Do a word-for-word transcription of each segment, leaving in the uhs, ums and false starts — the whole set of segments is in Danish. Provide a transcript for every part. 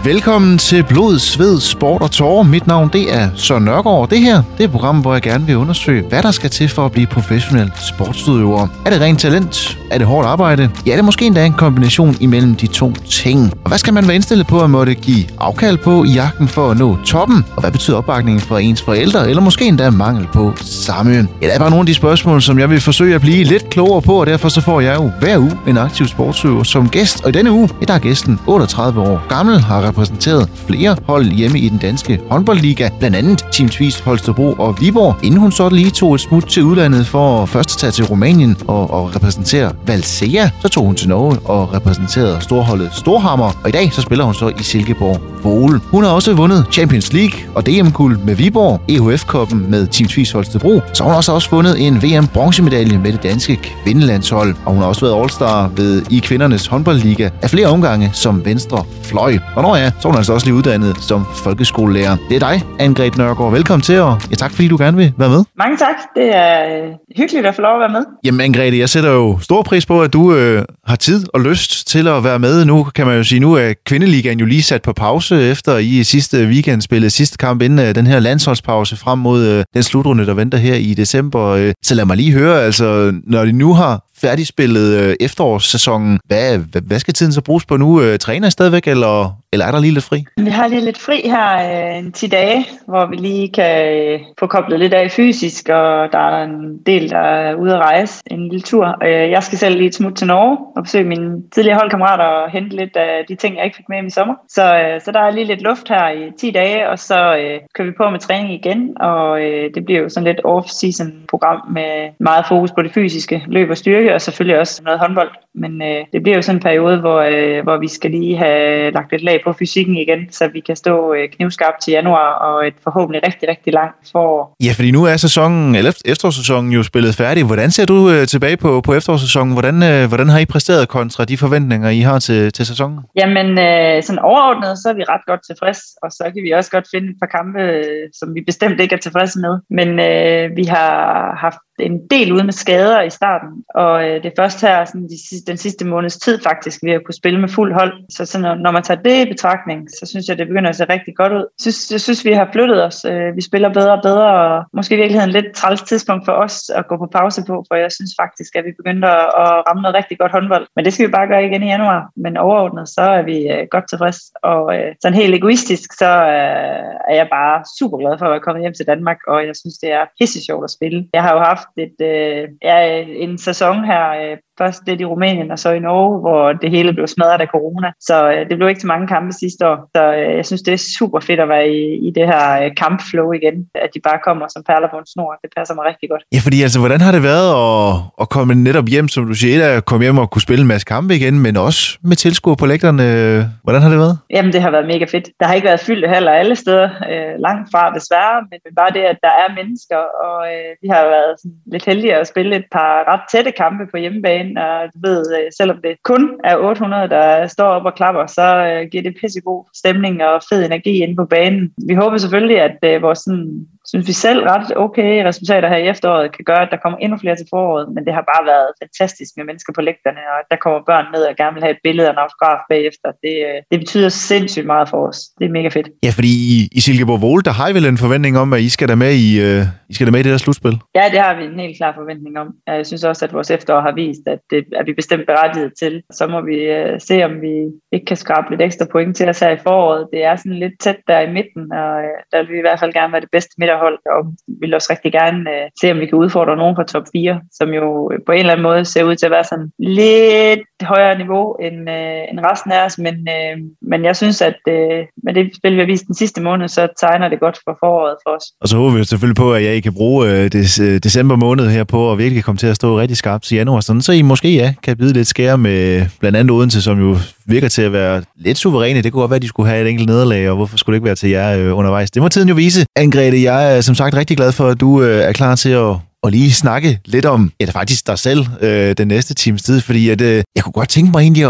Velkommen til Blod, Sved, Sport og Tårer. Mit navn det er Søren Nørgaard. Det her det er et program, hvor jeg gerne vil undersøge, hvad der skal til for at blive professionel sportsudøver. Er det rent talent? Er det hårdt arbejde? Ja, det er måske endda en kombination imellem de to ting. Og hvad skal man være indstillet på at måtte give afkald på i jagten for at nå toppen? Og hvad betyder opbakningen fra ens forældre? Eller måske endda mangel på samme? Ja, det er bare nogle af de spørgsmål, som jeg vil forsøge at blive lidt klogere på, og derfor så får jeg jo hver uge en aktiv sportsudøver som gæst. Og i denne uge, ja, der er gæsten otteogtredive år gammel, har repræsenteret flere hold hjemme i den danske håndboldliga, blandt andet Team Tvis, Holstebro og Viborg, inden hun så lige tog et smut til udlandet for først at tage til Rumænien og, og repræsentere Valsea. Så tog hun til Norge og repræsenterede storholdet Storhamar, og i dag så spiller hun så i Silkeborg Vole. Hun har også vundet Champions League og D M-guld med Viborg, E H F-koppen med Team Tvis Holstebro, så hun har også, også vundet en V M-bronzemedalje med det danske kvindelandshold, og hun har også været all-star ved i kvindernes håndboldliga af flere omgange som venstre fløj. Og når ja, så er hun altså også lige uddannet som folkeskolelærer. Det er dig, Anne-Grethe Nørgaard. Velkommen til, og ja, tak fordi du gerne vil være med. Mange tak. Det er øh, hyggeligt at få lov at være med. Jamen Anne-Grethe, jeg sætter jo stor pris på, at du øh, har tid og lyst til at være med. Nu kan man jo sige, nu er kvindeligaen jo lige sat på pause, efter I sidste weekend spillede sidste kamp inden øh, den her landsholdspause frem mod øh, den slutrunde, der venter her i december. Øh, så lad mig lige høre, altså når de nu har færdigspillet øh, efterårssæsonen, hvad, hvad, hvad skal tiden så bruges på nu? Øh, træner I stadigvæk, eller, eller er der lige lidt fri? Vi har lige lidt fri her øh, en ti dage, hvor vi lige kan øh, få koblet lidt af fysisk, og der er en del, der er ude at rejse en lille tur. Øh, jeg skal selv lige et smut til Norge og besøge mine tidligere holdkammerater og hente lidt af de ting, jeg ikke fik med i sommer. Så, øh, så der er lige lidt luft her i ti dage, og så øh, kører vi på med træning igen, og øh, det bliver jo sådan lidt off-season program med meget fokus på det fysiske, løb og styrke, og selvfølgelig også noget håndbold. Men øh, det bliver jo sådan en periode, hvor, øh, hvor vi skal lige have lagt et lag på fysikken igen, så vi kan stå øh, knivskarpt til januar og et forhåbentlig rigtig, rigtig langt forår. Ja, fordi nu er sæsonen, eller efterårssæsonen jo spillet færdig. Hvordan ser du øh, tilbage på, på efterårssæsonen? Hvordan, øh, hvordan har I præsteret kontra de forventninger, I har til, til sæsonen? Jamen, øh, sådan overordnet, så er vi ret godt tilfreds, og så kan vi også godt finde et par kampe, øh, som vi bestemt ikke er tilfredse med. Men øh, vi har haft en del ude med skader i starten, og øh, det er først her sådan de sidste, den sidste måneds tid faktisk, vi har kunne spille med fuld hold. Så sådan, når man tager det i betragtning, så synes jeg, det begynder at se rigtig godt ud. Jeg synes, jeg synes vi har flyttet os. Øh, vi spiller bedre og bedre, og måske i virkeligheden et lidt træls tidspunkt for os at gå på pause på, for jeg synes faktisk, at vi begynder at ramme noget rigtig godt håndbold. Men det skal vi bare gøre igen i januar. Men overordnet, så er vi øh, godt tilfreds. Og øh, sådan helt egoistisk, så øh, er jeg bare super glad for at være kommet hjem til Danmark, og jeg synes, det er pisse sjovt at spille. Jeg har jo haft et, øh, ja, en sæson her, øh, først lidt i Rumænien og så i Norge, hvor det hele blev smadret af corona. Så øh, det blev ikke så mange kampe sidste år. Så øh, jeg synes, det er super fedt at være i, i det her øh, kampflow igen. At de bare kommer som perler på en snor. Det passer mig rigtig godt. Ja, fordi altså, hvordan har det været at, at komme netop hjem, som du siger, at komme hjem og kunne spille en masse kampe igen, men også med tilskuere på lægterne? Hvordan har det været? Jamen, det har været mega fedt. Der har ikke været fyldt heller alle steder, øh, langt fra desværre, men bare det, at der er mennesker, og øh, vi har været sådan, lidt heldige at spille et par ret tætte kampe på hjemmebane, og du ved, selvom det kun er otte hundrede, der står op og klapper, så uh, giver det pissegod stemning og fed energi inde på banen. Vi håber selvfølgelig, at uh, vores sådan, synes vi selv ret okay resultater her i efteråret kan gøre, at der kommer endnu flere til foråret, men det har bare været fantastisk med mennesker på lægterne, og der kommer børn ned og gerne vil have et billede og en autograf bagefter. Det, uh, det betyder sindssygt meget for os. Det er mega fedt. Ja, fordi i, i Silkeborg Vole, der har I vel en forventning om, at I skal der med i, uh, I skal der med i det der slutspil? Ja, det har vi en helt klar forventning om. Jeg synes også, at vores efterår har vist, at det er vi bestemt berettiget til. Så må vi uh, se, om vi ikke kan skrabe lidt ekstra point til os her i foråret. Det er sådan lidt tæt der i midten, og uh, der vil vi i hvert fald gerne være det bedste midterhold, og vi vil også rigtig gerne uh, se, om vi kan udfordre nogen fra top fire, som jo uh, på en eller anden måde ser ud til at være sådan lidt højere niveau end, uh, end resten af os, men, uh, men jeg synes, at uh, med det spil, vi har vist den sidste måned, så tegner det godt for foråret for os. Og så håber vi selvfølgelig på, at jeg kan bruge uh, des, uh, december måned her på, og virkelig komme til at stå rigtig skarpt til januar, sådan, så I måske ja, kan bide lidt skære med blandt andet Odense, som jo virker til at være lidt suveræne. Det kunne godt være, at de skulle have et enkelt nederlag, og hvorfor skulle det ikke være til jer øh, undervejs? Det må tiden jo vise. Anne-Grethe, jeg er som sagt rigtig glad for, at du øh, er klar til at og lige snakke lidt om, ja, faktisk dig selv øh, den næste times tid, fordi at, øh, jeg kunne godt tænke mig egentlig at,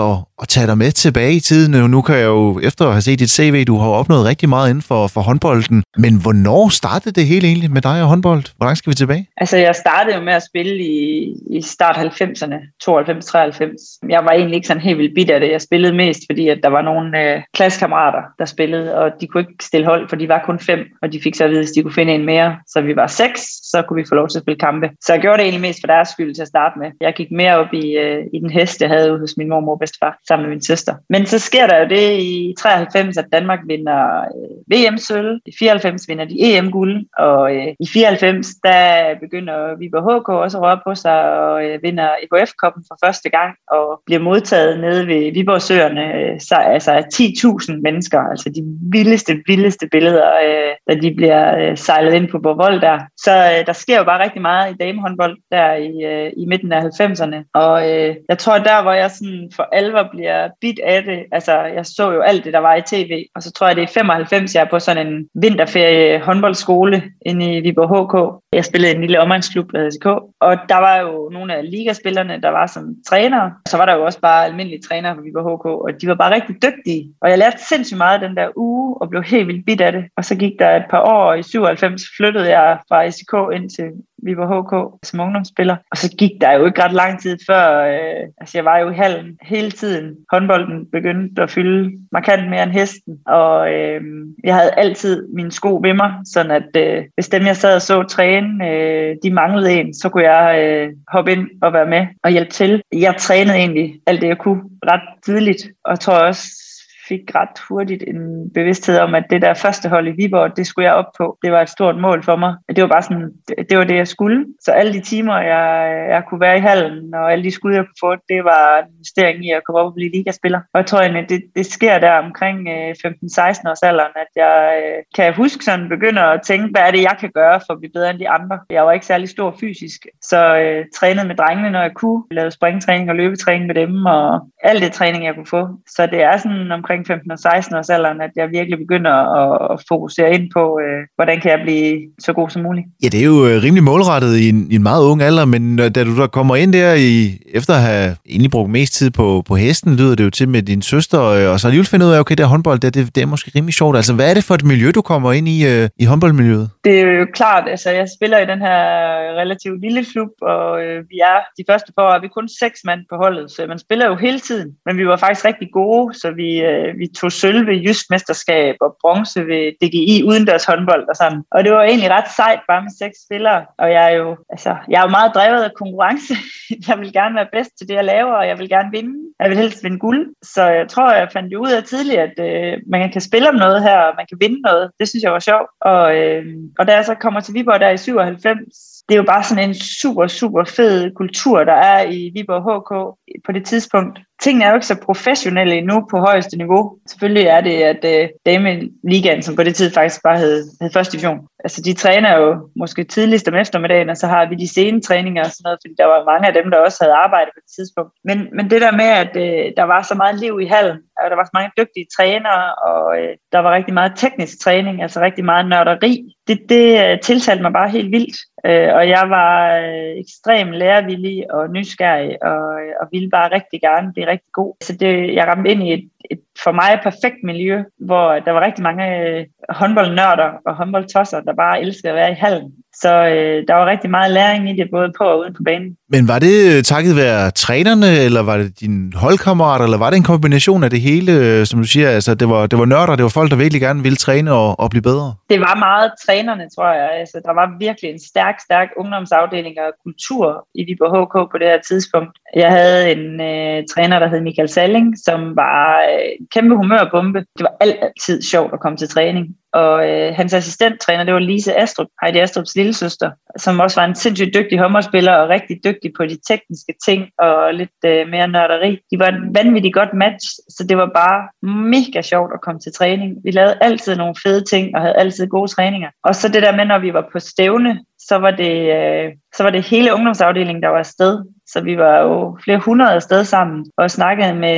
at tage dig med tilbage i tiden. Nu kan jeg jo, efter at have set dit C V, du har opnået rigtig meget inden for, for håndbolden. Men hvornår startede det hele egentlig med dig og håndbold? Hvor langt skal vi tilbage? Altså, jeg startede jo med at spille i, i start halvfemserne, tooghalvfems treoghalvfems. Jeg var egentlig ikke sådan helt vildt bidt af det. Jeg spillede mest, fordi at der var nogle øh, klassekammerater, der spillede, og de kunne ikke stille hold, for de var kun fem, og de fik så at vide, hvis de kunne finde en mere. Så vi var seks, så kunne vi få lov til at spille kampe. Så jeg gjorde det egentlig mest for deres skyld til at starte med. Jeg gik mere op i, øh, i den hest, jeg havde hos min mormor og bedstefar, sammen med min søster. Men så sker der jo det i treoghalvfems, at Danmark vinder øh, V M-sølv. I fireoghalvfems vinder de E M-guld, og øh, i fireoghalvfems, der begynder Viborg H K også at røre på sig og øh, vinder E K F-koppen for første gang, og bliver modtaget nede ved Viborgsøerne, øh, så, altså af ti tusind mennesker, altså de vildeste, vildeste billeder, øh, da de bliver øh, sejlet ind på Borgvold der. Så øh, der sker jo bare rigtig meget i damehåndbold der i, øh, i midten af halvfemserne, og øh, jeg tror der, hvor jeg sådan for alvor bliver bidt af det, altså jeg så jo alt det, der var i tv, og så tror jeg, det er femoghalvfems, jeg er på sådan en vinterferie håndboldskole inde i Viborg H K. Jeg spillede i en lille omegnsklub, der hed S K, og der var jo nogle af ligaspillerne, der var som trænere. Så var der jo også bare almindelige trænere for Viborg H K, og de var bare rigtig dygtige. Og jeg lærte sindssygt meget den der uge, og blev helt vildt bidt af det. Og så gik der et par år, og i syvoghalvfems flyttede jeg fra S K ind til Viborg H K som ungdomsspiller. Og så gik der jo ikke ret lang tid før, øh, altså jeg var jo i hallen hele tiden. Håndbolden begyndte at fylde markant mere end hesten, og øh, jeg havde altid mine sko ved mig, sådan at øh, hvis dem jeg sad og så træne, øh, de manglede en, så kunne jeg øh, hoppe ind og være med og hjælpe til. Jeg trænede egentlig alt det jeg kunne ret tidligt, og tror også fik ret hurtigt en bevidsthed om, at det der første hold i Viborg, det skulle jeg op på. Det var et stort mål for mig. Det var bare sådan, det var det, jeg skulle. Så alle de timer, jeg, jeg kunne være i hallen, og alle de skud, jeg kunne få, det var en investering i at komme op og blive ligaspiller. Og jeg tror egentlig, det, det sker der omkring femten seksten års alderen, at jeg kan huske sådan, begynder at tænke, hvad er det, jeg kan gøre for at blive bedre end de andre. Jeg var ikke særlig stor fysisk, så øh, trænede med drengene, når jeg kunne. Lavede springtræning og løbetræning med dem, og alt det træning, jeg kunne få. Så det er sådan omkring femten og seksten års alderen, at jeg virkelig begynder at, at fokusere ind på, øh, hvordan kan jeg blive så god som muligt. Ja, det er jo rimelig målrettet i en, i en meget ung alder, men da du der kommer ind der, i, efter at have egentlig brugt mest tid på, på hesten, lyder det jo til med din søster, og så alligevel finde ud af, okay, det er håndbold, det, det, det er måske rimelig sjovt. Altså, hvad er det for et miljø, du kommer ind i, øh, i håndboldmiljøet? Det er jo klart, altså jeg spiller i den her relativt lille klub, og øh, vi er de første par år, er vi kun seks mand på holdet, så man spiller jo hele tiden, men vi var faktisk rigtig gode, så vi, øh, vi tog sølv ved Jysk Mesterskab og bronze ved D G I udendørs håndbold og sådan. Og det var egentlig ret sejt bare med seks spillere, og jeg er jo, altså, jeg er jo meget drevet af konkurrence. Jeg vil gerne være bedst til det, jeg laver, og jeg vil gerne vinde. Jeg vil helst vinde guld, så jeg tror, jeg fandt jo ud af tidligt, at øh, man kan spille om noget her, og man kan vinde noget. Det synes jeg var sjovt. Og, øh, og da jeg så kommer til Viborg der i syvoghalvfems, det er jo bare sådan en super, super fed kultur, der er i Viborg H K på det tidspunkt. Tingene er jo ikke så professionelle endnu på højeste niveau. Selvfølgelig er det, at uh, Dameligaen, som på det tid faktisk bare hed, hed første division, altså de træner jo måske tidligst om eftermiddagen, og så har vi de sene træninger og sådan noget, fordi der var mange af dem, der også havde arbejdet på det tidspunkt. Men, men det der med, at uh, der var så meget liv i hallen, og der var så mange dygtige trænere, og uh, der var rigtig meget teknisk træning, altså rigtig meget nørderi, det, det uh, tiltalte mig bare helt vildt. Uh, og jeg var uh, ekstremt lærevillig og nysgerrig, og, uh, og ville bare rigtig gerne blive rigtig god. Så det, jeg ramte ind i et, et for mig perfekt miljø, hvor der var rigtig mange øh, håndboldnørder og håndboldtosser, der bare elskede at være i hallen. Så øh, der var rigtig meget læring i det, både på og uden på banen. Men var det takket være trænerne, eller var det dine holdkammerater, eller var det en kombination af det hele, som du siger? Altså, det var, det var nørder, det var folk, der virkelig gerne ville træne og, og blive bedre? Det var meget trænerne, tror jeg. Altså, der var virkelig en stærk, stærk ungdomsafdeling og kultur i Viborg H K på det her tidspunkt. Jeg havde en øh, træner, der hed Michael Salling, som var øh, en kæmpe humørbombe. Det var altid sjovt at komme til træning. Og øh, hans assistenttræner, det var Lise Astrup, Heidi Astrups lillesøster, som også var en sindssygt dygtig håndboldspiller og rigtig dygtig på de tekniske ting og lidt øh, mere nørderi. De var et vanvittigt godt match, så det var bare mega sjovt at komme til træning. Vi lavede altid nogle fede ting og havde altid gode træninger. Og så det der med, når vi var på stævne, så var det, øh, så var det hele ungdomsafdelingen, der var afsted. Så vi var jo flere hundrede afsted sammen og snakkede med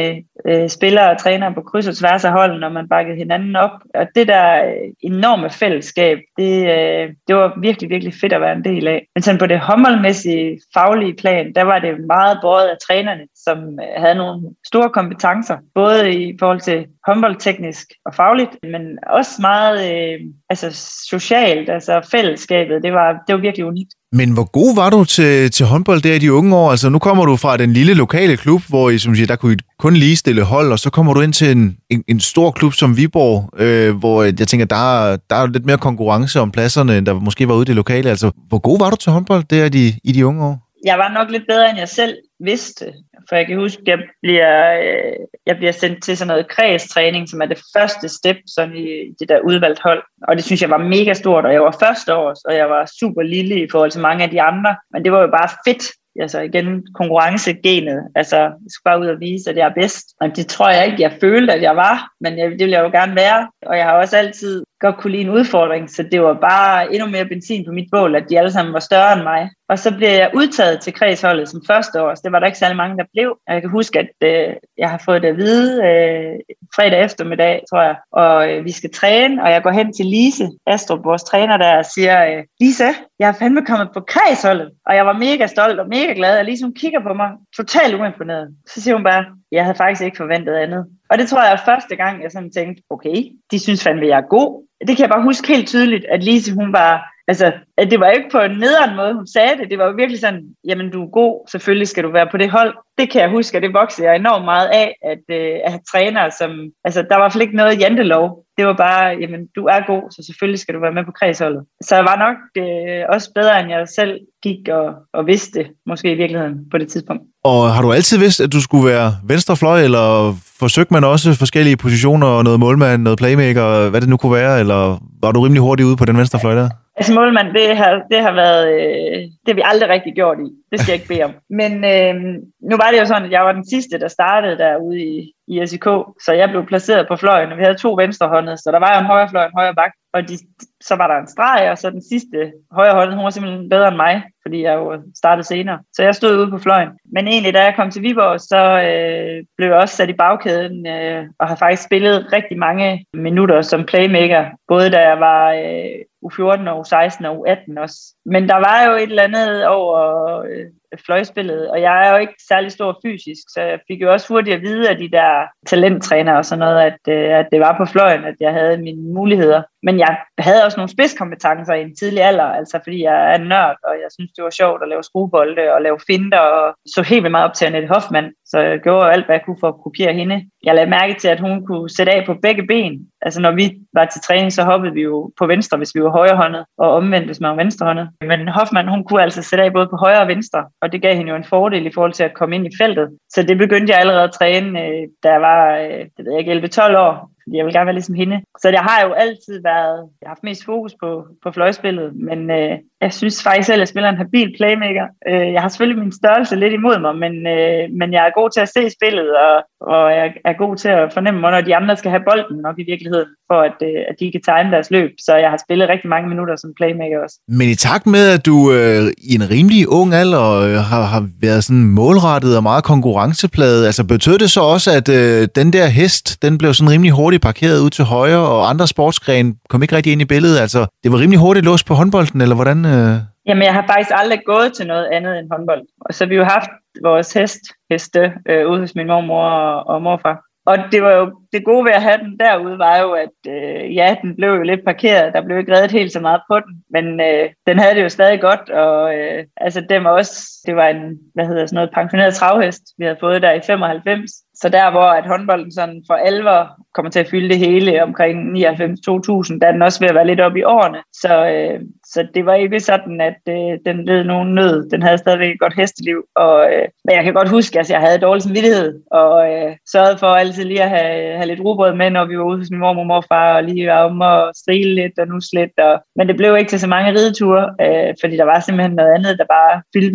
øh, spillere og trænere på kryds og tværs af holden, når man bakkede hinanden op. Og det der enorme fællesskab, det, øh, det var virkelig, virkelig fedt at være en del af. Men sådan på det håndboldmæssige, faglige plan, der var det meget båret af trænerne, som havde nogle store kompetencer, både i forhold til håndboldteknisk og fagligt, men også meget øh, altså socialt, altså fællesskabet. Det var, det var virkelig unikt. Men hvor god var du til, til håndbold der i de unge år? Altså nu kommer du fra den lille lokale klub, hvor I, som siger, der kunne I kun ligestille hold, og så kommer du ind til en, en, en stor klub som Viborg, øh, hvor jeg tænker, der, der er lidt mere konkurrence om pladserne, end der måske var ude i det lokale. Altså hvor god var du til håndbold der i de, i de unge år? Jeg var nok lidt bedre, end jeg selv vidste. For jeg kan huske, at jeg bliver, jeg bliver sendt til sådan noget kredstræning, som er det første step sådan i det der udvalgt hold. Og det synes jeg var mega stort, og jeg var første års, og jeg var super lille i forhold til mange af de andre. Men det var jo bare fedt. Altså igen, konkurrencegenet. Altså, jeg skulle bare ud og vise, at jeg er bedst. Og det tror jeg ikke, jeg følte, at jeg var. Men jeg, det ville jeg jo gerne være. Og jeg har også altid godt kunne lide en udfordring. Så det var bare endnu mere benzin på mit bål, at de alle sammen var større end mig. Og så blev jeg udtaget til kredsholdet som første år. Det var der ikke særlig mange, der blev. Jeg kan huske, at øh, jeg har fået det at vide øh, fredag eftermiddag, tror jeg. Og øh, vi skal træne, og jeg går hen til Lise Astrup, vores træner der, og siger, øh, Lise, jeg er fandme kommet på kredsholdet. Og jeg var mega stolt og mega glad, og Lise hun kigger på mig, totalt uimponeret. Så siger hun bare, jeg havde faktisk ikke forventet andet. Og det tror jeg er første gang, jeg sådan tænkte, okay, de synes fandme, jeg er god. Det kan jeg bare huske helt tydeligt, at Lise hun var, altså, at det var ikke på en nederen måde, hun sagde det. Det var jo virkelig sådan, jamen du er god, selvfølgelig skal du være på det hold. Det kan jeg huske, og det voksede jeg enormt meget af, at, øh, at have trænere, som, altså der var i hvert fald ikke noget jantelov. Det var bare, jamen du er god, så selvfølgelig skal du være med på kredsholdet. Så jeg var nok øh, også bedre, end jeg selv gik og, og vidste, måske i virkeligheden på det tidspunkt. Og har du altid vidst, at du skulle være venstrefløj, eller forsøgte man også forskellige positioner, noget målmand, noget playmaker, hvad det nu kunne være, eller var du rimelig hurtigt ude på den venstrefløj der? Altså målmand, det har, det har været, øh, det har vi aldrig rigtig gjort i. Det skal jeg ikke bede om. Men øh, nu var det jo sådan, at jeg var den sidste, der startede derude i, i S I K, så jeg blev placeret på fløjen, og vi havde to venstrehåndede, så der var jo en højre fløj og en højre bak, og de, så var der en streg, og så den sidste højre hånd, hun var simpelthen bedre end mig, fordi jeg jo startede senere. Så jeg stod ude på fløjen. Men egentlig, da jeg kom til Viborg, så øh, blev jeg også sat i bagkæden, øh, og har faktisk spillet rigtig mange minutter som playmaker, både da jeg var øh, U fjorten og U seksten og U atten også. Men der var jo et eller andet over øh, fløjspillet, og jeg er jo ikke særlig stor fysisk, så jeg fik jo også hurtigt at vide af de der talenttrænere og sådan noget, at, øh, at det var på fløjen, at jeg havde mine muligheder. Men jeg havde også nogle spidskompetencer i en tidlig alder, altså fordi jeg er en nørd, og jeg synes, det var sjovt at lave skruebolde og lave finter, og så helt vildt meget op til Annette Hoffmann, så jeg gjorde alt, hvad jeg kunne for at kopiere hende. Jeg lagde mærke til, at hun kunne sætte af på begge ben. Altså når vi var til træning, så hoppede vi jo på venstre, hvis vi var højrehåndet, og omvendt, hvis man var venstrehåndet. Men Hoffmann, hun kunne altså sætte af både på højre og venstre, og det gav hende jo en fordel i forhold til at komme ind i feltet. Så det begyndte jeg allerede at træne, da jeg var, det ved jeg ikke, elleve tolv år. Fordi jeg vil gerne være ligesom hende. Så jeg har jo altid været, jeg har haft mest fokus på, på fløjspillet, men øh, jeg synes faktisk selv, at jeg spiller en habil playmaker. Øh, jeg har selvfølgelig min størrelse lidt imod mig, men, øh, men jeg er god til at se spillet, og, og jeg er god til at fornemme, hvornår de andre skal have bolden nok i virkeligheden, for at, øh, at de kan time deres løb. Så jeg har spillet rigtig mange minutter som playmaker også. Men i takt med, at du øh, i en rimelig ung alder øh, har, har været sådan målrettet og meget konkurrencepladet, altså betød det så også, at øh, den der hest, den blev sådan rimelig hurtigt parkeret ud til højre, og andre sportsgrene kom ikke rigtig ind i billedet. Altså, det var rimelig hurtigt låst på håndbolden, eller hvordan? Øh... Jamen, jeg har faktisk aldrig gået til noget andet end håndbold. Og så har vi jo haft vores hest, heste øh, ude hos min mormor og, og morfar. Og det var jo det gode ved at have den derude, var jo, at øh, ja, den blev jo lidt parkeret. Der blev ikke reddet helt så meget på den, men øh, den havde det jo stadig godt. Og øh, altså, det var også, det var en, hvad hedder sådan noget, pensioneret travhest, vi havde fået der i femoghalvfems. Så der, hvor at håndbolden sådan for alvor kommer til at fylde det hele omkring nioghalvfems to tusind, der er den også ved at være lidt oppe i årene. Så, øh, så det var ikke sådan, at øh, den led nogen nød. Den havde stadigvæk et godt hesteliv. Og, øh, men jeg kan godt huske, at altså, jeg havde dårlig samvittighed, og øh, sørgede for altid lige at have, have lidt rugbrød med, når vi var ude hos min mormor og morfar, og lige var om at strile lidt og nusle lidt. Og, men det blev ikke til så mange rideture, øh, fordi der var simpelthen noget andet, der bare fyldte mere.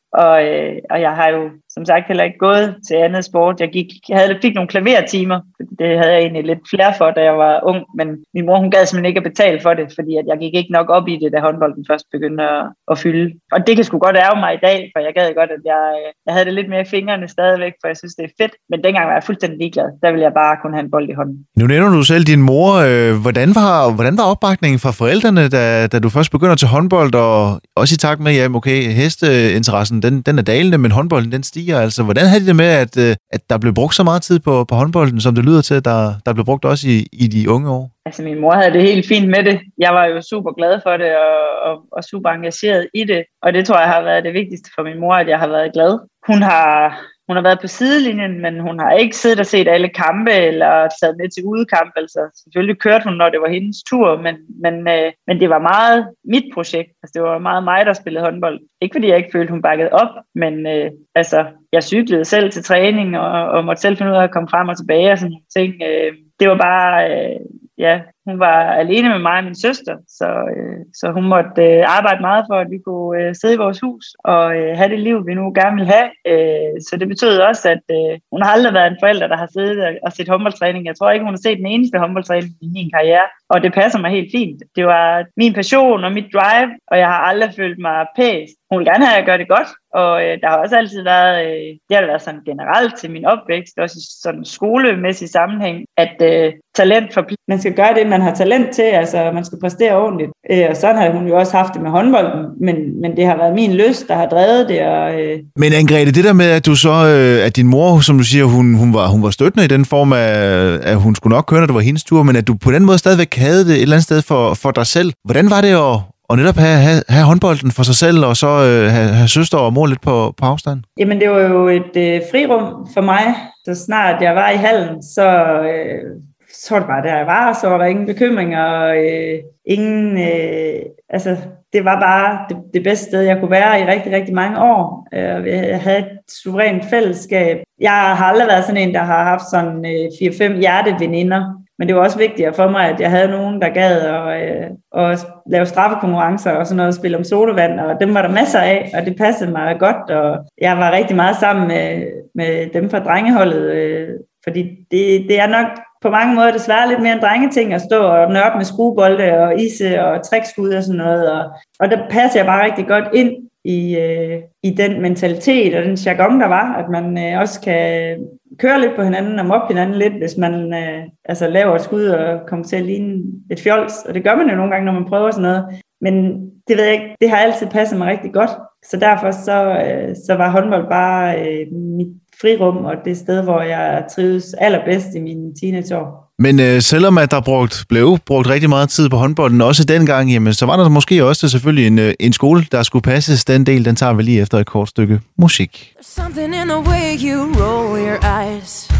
Og, øh, og jeg har jo som sagt heller ikke gået til andet sport. Jeg, gik, jeg havde, fik nogle klavertimer, det havde jeg egentlig lidt flere for, da jeg var ung, men min mor hun gad simpelthen ikke at betale for det, fordi at jeg gik ikke nok op i det, da håndbolden først begyndte at, at fylde. Og det kan sgu godt ærge mig i dag, for jeg gad godt, at jeg, jeg havde det lidt mere i fingrene stadigvæk, for jeg synes, det er fedt. Men dengang var jeg fuldstændig ligeglad. Der ville jeg bare kun have en bold i hånden. Nu nævner du selv din mor. Hvordan var, hvordan var opbakningen fra forældrene, da, da du først begynder til håndbold, og også i takt med, ja, okay, hesteinteressen, den, den er dalende, men håndbolden, den stiger. Altså, hvordan havde de det med, at, at der blev brugt så meget tid på, på håndbolden, som det lyder til, der, der blev brugt også i, i de unge år? Altså, min mor havde det helt fint med det. Jeg var jo super glad for det, og, og, og super engageret i det. Og det tror jeg har været det vigtigste for min mor, at jeg har været glad. Hun har... Hun har været på sidelinjen, men hun har ikke siddet og set alle kampe eller taget med til udekamp. Altså, selvfølgelig kørte hun, når det var hendes tur, men, men, øh, men det var meget mit projekt. Altså, det var meget mig, der spillede håndbold. Ikke fordi jeg ikke følte, hun bakkede op, men øh, altså, jeg cyklede selv til træning og, og måtte selv finde ud af at komme frem og tilbage og sådan nogle ting. Øh, det var bare... Øh, ja, hun var alene med mig og min søster, så, øh, så hun måtte øh, arbejde meget for, at vi kunne øh, sidde i vores hus og øh, have det liv, vi nu gerne vil have. Øh, så det betød også, at øh, hun har aldrig været en forælder, der har siddet og, og set håndboldtræning. Jeg tror ikke, hun har set den eneste håndboldtræning i min karriere, og det passer mig helt fint. Det var min passion og mit drive, og jeg har aldrig følt mig pæst. Hun vil gerne have, at jeg gør det godt, og øh, der har også altid været, øh, det har været sådan generelt til min opvækst, også i sådan skolemæssig sammenhæng, at øh, talent for man skal gøre det, man har talent til, altså man skal præstere ordentligt. Øh, og sådan har hun jo også haft det med håndbolden, men, men det har været min lyst, der har drevet det. Og, øh... Men Anne-Grethe, det der med, at du så, øh, at din mor, som du siger, hun, hun, var, hun var støttende i den form af, at hun skulle nok køre, når det var hendes tur, men at du på den måde stadigvæk havde det et eller andet sted for, for dig selv. Hvordan var det at Og netop have, have, have håndbolden for sig selv, og så øh, have, have søster og mor lidt på, på afstand? Jamen, det var jo et øh, frirum for mig. Så snart jeg var i hallen, så, øh, så var det bare der, jeg var. Så var der ingen bekymringer, og øh, ingen... Øh, altså, det var bare det, det bedste sted, jeg kunne være i rigtig, rigtig mange år. Øh, jeg havde et suverænt fællesskab. Jeg har aldrig været sådan en, der har haft sådan øh, fire fem hjerteveninder. Men det var også vigtigt for mig, at jeg havde nogen, der gad at, øh, at lave straffekonkurrencer og sådan noget, spille om sodavand, og dem var der masser af, og det passede mig godt, og jeg var rigtig meget sammen med, med dem fra drengeholdet, øh, fordi det, det er nok på mange måder desværre lidt mere en drengeting at stå og nørde med skruebolde og ise og trækskud og sådan noget, og, og der passer jeg bare rigtig godt ind i, øh, i den mentalitet og den jargon, der var, at man øh, også kan køre lidt på hinanden og mobbe hinanden lidt, hvis man øh, altså laver et skud og kommer til at ligne et fjols, og det gør man jo nogle gange, når man prøver sådan noget, men det ved jeg ikke, det har altid passet mig rigtig godt, så derfor så, øh, så var håndbold bare øh, mit frirum og det sted, hvor jeg trives allerbedst i mine teenageår. Men øh, selvom at der brugt, blev brugt rigtig meget tid på håndbolden, også dengang, jamen, så var der måske også selvfølgelig en, en skole, der skulle passes. Den del, den tager vi lige efter et kort stykke musik. Something in the way you roll your eyes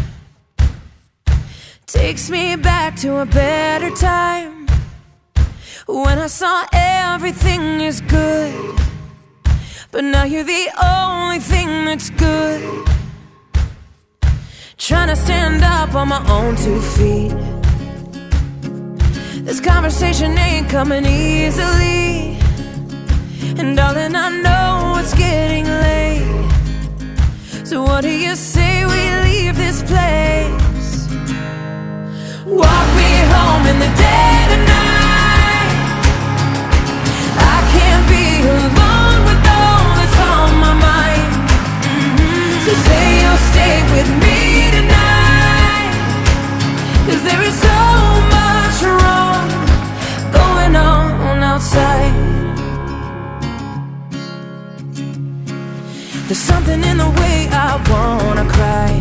takes me back to a better time when I saw everything is good, but now you're the only thing that's good. Trying to stand up on my own two feet. This conversation ain't coming easily, and darling, I know it's getting late. So what do you say we leave this place? Walk me home in the dead of night. I can't be alone with all that's on my mind. Mm-hmm. So say you'll stay with me tonight, 'cause there is so much wrong going on outside. There's something in the way I wanna cry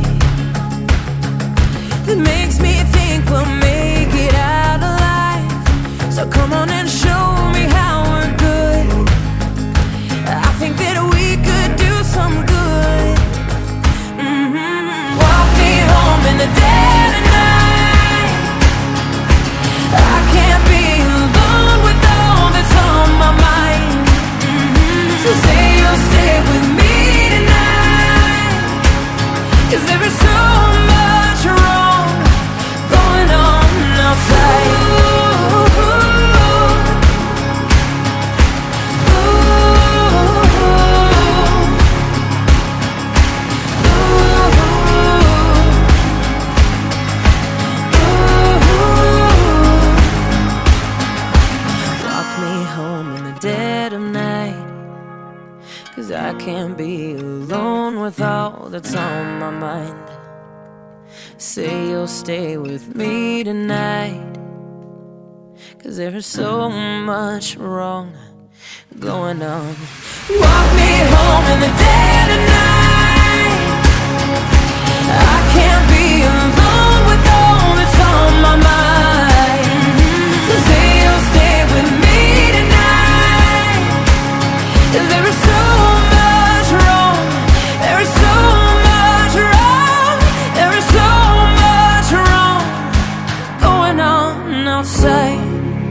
that makes me think we'll make it out alive. So come on and show me how we're good. I think that we could do some good. Mm-hmm. Walk me home in the dead of night. I can't be alone with all that's on my mind. Mm-hmm. So say you'll stay with me tonight, 'cause there is so much wrong going on outside. Ooh, ooh, ooh. dead of night. Cause I can't be alone with all that's on my mind. Say you'll stay with me tonight. Cause there's so much wrong going on. Walk me home in the dead of night. I can't be alone with all that's on my mind. So say you'll stay with me tonight. Cause there is so much wrong. There is so much wrong. There is so much wrong going on outside.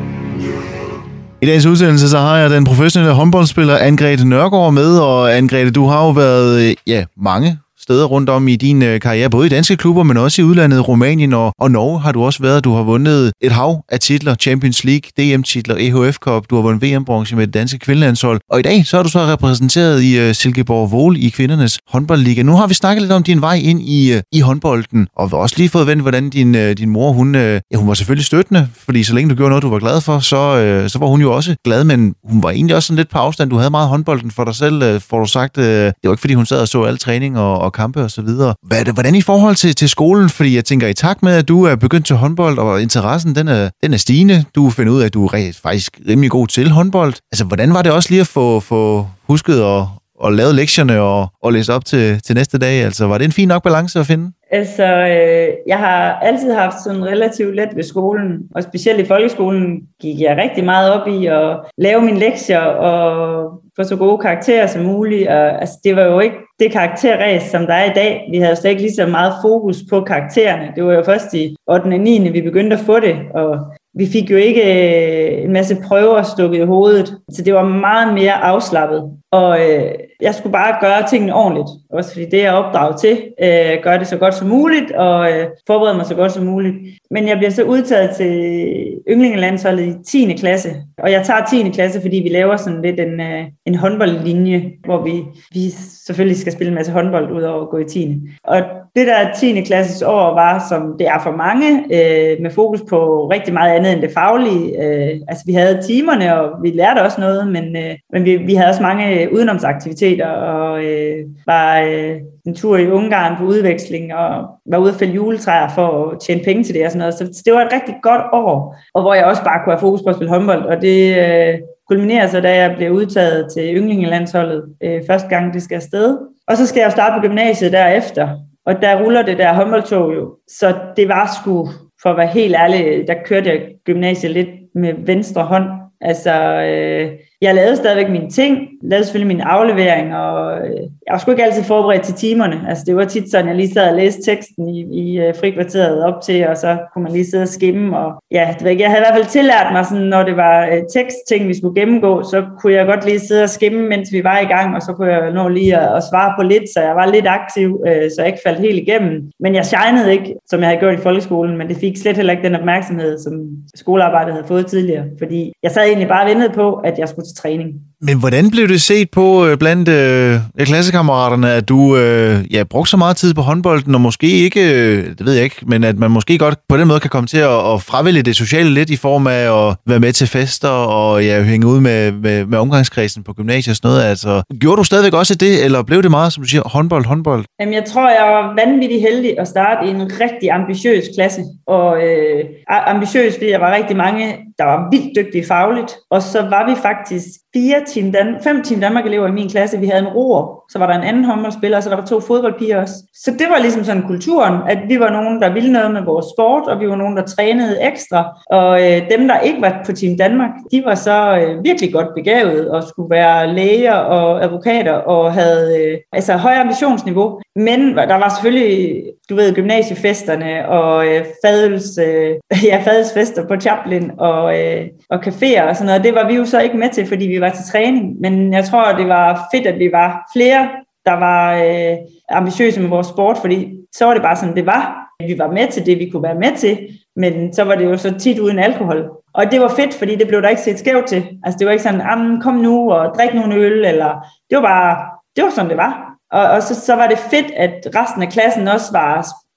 I dagens udsendelse så har jeg den professionelle håndboldspiller Anne-Grethe Nørgaard med, og Anne-Grethe, du har jo været ja, mange steder rundt om i din øh, karriere, både i danske klubber, men også i udlandet, Rumænien og, og Norge har du også været. Du har vundet et hav af titler, Champions League, D M-titler, E H F Cup, du har vundet V M-bronze med det danske kvindelandshold, og i dag så er du så repræsenteret i øh, Silkeborg Vol i kvindernes håndboldliga. Nu har vi snakket lidt om din vej ind i, øh, i håndbolden, og vi har også lige fået vendt, hvordan din, øh, din mor, hun, øh, ja, hun var selvfølgelig støttende, fordi så længe du gjorde noget, du var glad for, så, øh, så var hun jo også glad, men hun var egentlig også sådan lidt på afstand. Du havde meget håndbolden for dig selv, øh, får du sagt. Øh, det var ikke, fordi hun sad og så alle træning og, og kampe og så videre. Hvad er det, hvordan i forhold til, til skolen? Fordi jeg tænker, i takt med, at du er begyndt til håndbold, og interessen, den er, den er stigende. Du finder ud af, at du er faktisk rimelig god til håndbold. Altså, hvordan var det også lige at få, få husket og, og lavet lektierne og, og læse op til, til næste dag? Altså, var det en fin nok balance at finde? Altså, øh, jeg har altid haft sådan relativt let ved skolen, og specielt i folkeskolen gik jeg rigtig meget op i at lave mine lektier og få så gode karakterer som muligt. Og, altså, det var jo ikke det karakterræs, som der er i dag. Vi havde slet ikke lige så meget fokus på karaktererne. Det var jo først i ottende og niende vi begyndte at få det, og vi fik jo ikke en masse prøver stukket i hovedet, så det var meget mere afslappet. Og øh, jeg skulle bare gøre tingene ordentligt, også fordi det er opdraget til, øh, gøre det så godt som muligt, og øh, forberede mig så godt som muligt. Men jeg bliver så udtaget til yndlingelandsholdet i tiende klasse, og jeg tager tiende klasse, fordi vi laver sådan lidt en, øh, en håndboldlinje, hvor vi, vi selvfølgelig skal spille en masse håndbold ud over at gå i tiende. Og det der tiende klasses år var, som det er for mange, øh, med fokus på rigtig meget andet end det faglige. Øh, altså vi havde timerne, og vi lærte også noget, men, øh, men vi, vi havde også mange udenomsaktiviteter, og øh, var øh, en tur i Ungarn på udveksling, og var ude at fælde juletræer for at tjene penge til det og sådan noget. Så det var et rigtig godt år, og hvor jeg også bare kunne have fokus på at spille håndbold, og det øh, kulminerer så, da jeg blev udtaget til yndlingelandsholdet øh, første gang, det skal afsted. Og så skal jeg jo starte på gymnasiet derefter, og der ruller det der håndboldtog jo, så det var sgu, for at være helt ærlig, der kørte jeg gymnasiet lidt med venstre hånd. Altså, øh, jeg lavede stadigvæk mine ting, lavede selvfølgelig mine afleveringer, og øh, jeg var sgu ikke altid forberedt til timerne. Altså, det var tit sådan, jeg lige sad og læste teksten i, i uh, frikvarteret op til, og så kunne man lige sidde og skimme. Og ja, det var ikke, jeg havde i hvert fald tillært mig, sådan, når det var uh, tekstting, vi skulle gennemgå, så kunne jeg godt lige sidde og skimme, mens vi var i gang, og så kunne jeg nå lige at, at svare på lidt, så jeg var lidt aktiv, uh, så jeg ikke faldt helt igennem. Men jeg shinede ikke, som jeg havde gjort i folkeskolen, men det fik slet heller ikke den opmærksomhed, som skolearbejdet havde fået tidligere, fordi jeg sad egentlig bare og ventede på, at jeg skulle til træning. Men hvordan blev det set på øh, blandt øh, klassekammeraterne, at du øh, ja, brugte så meget tid på håndbolden, og måske ikke, øh, det ved jeg ikke, men at man måske godt på den måde kan komme til at, at fravælge det sociale lidt i form af at være med til fester og ja, hænge ud med, med, med omgangskredsen på gymnasiet og sådan noget. Altså, gjorde du stadigvæk også det, eller blev det meget, som du siger, håndbold, håndbold? Jamen, jeg tror, jeg var vanvittigt heldig at starte i en rigtig ambitiøs klasse, og øh, ambitiøs, fordi der var rigtig mange, der var vildt dygtige fagligt, og så var vi faktisk fire team Dan- fem Team Danmark-elever i min klasse. Vi havde en roer, så var der en anden håndboldspiller, og så var der to fodboldpiger også. Så det var ligesom sådan kulturen, at vi var nogen, der ville noget med vores sport, og vi var nogen, der trænede ekstra. Og øh, dem, der ikke var på Team Danmark, de var så øh, virkelig godt begavet og skulle være læger og advokater og havde øh, altså højere ambitionsniveau. Men der var selvfølgelig, du ved, gymnasiefesterne og øh, fadels, øh, ja, fadelsfester på Chaplin og, øh, og caféer og sådan noget. Det var vi jo så ikke med til, fordi vi var til træning. Men jeg tror, det var fedt, at vi var flere, der var øh, ambitiøse med vores sport, fordi så var det bare sådan, det var. Vi var med til det, vi kunne være med til, men så var det jo så tit uden alkohol. Og det var fedt, fordi det blev der ikke set skævt til. Altså det var ikke sådan, kom nu og drik nogle øl, eller det var bare, det var sådan, det var. Og, og så, så var det fedt, at resten af klassen også var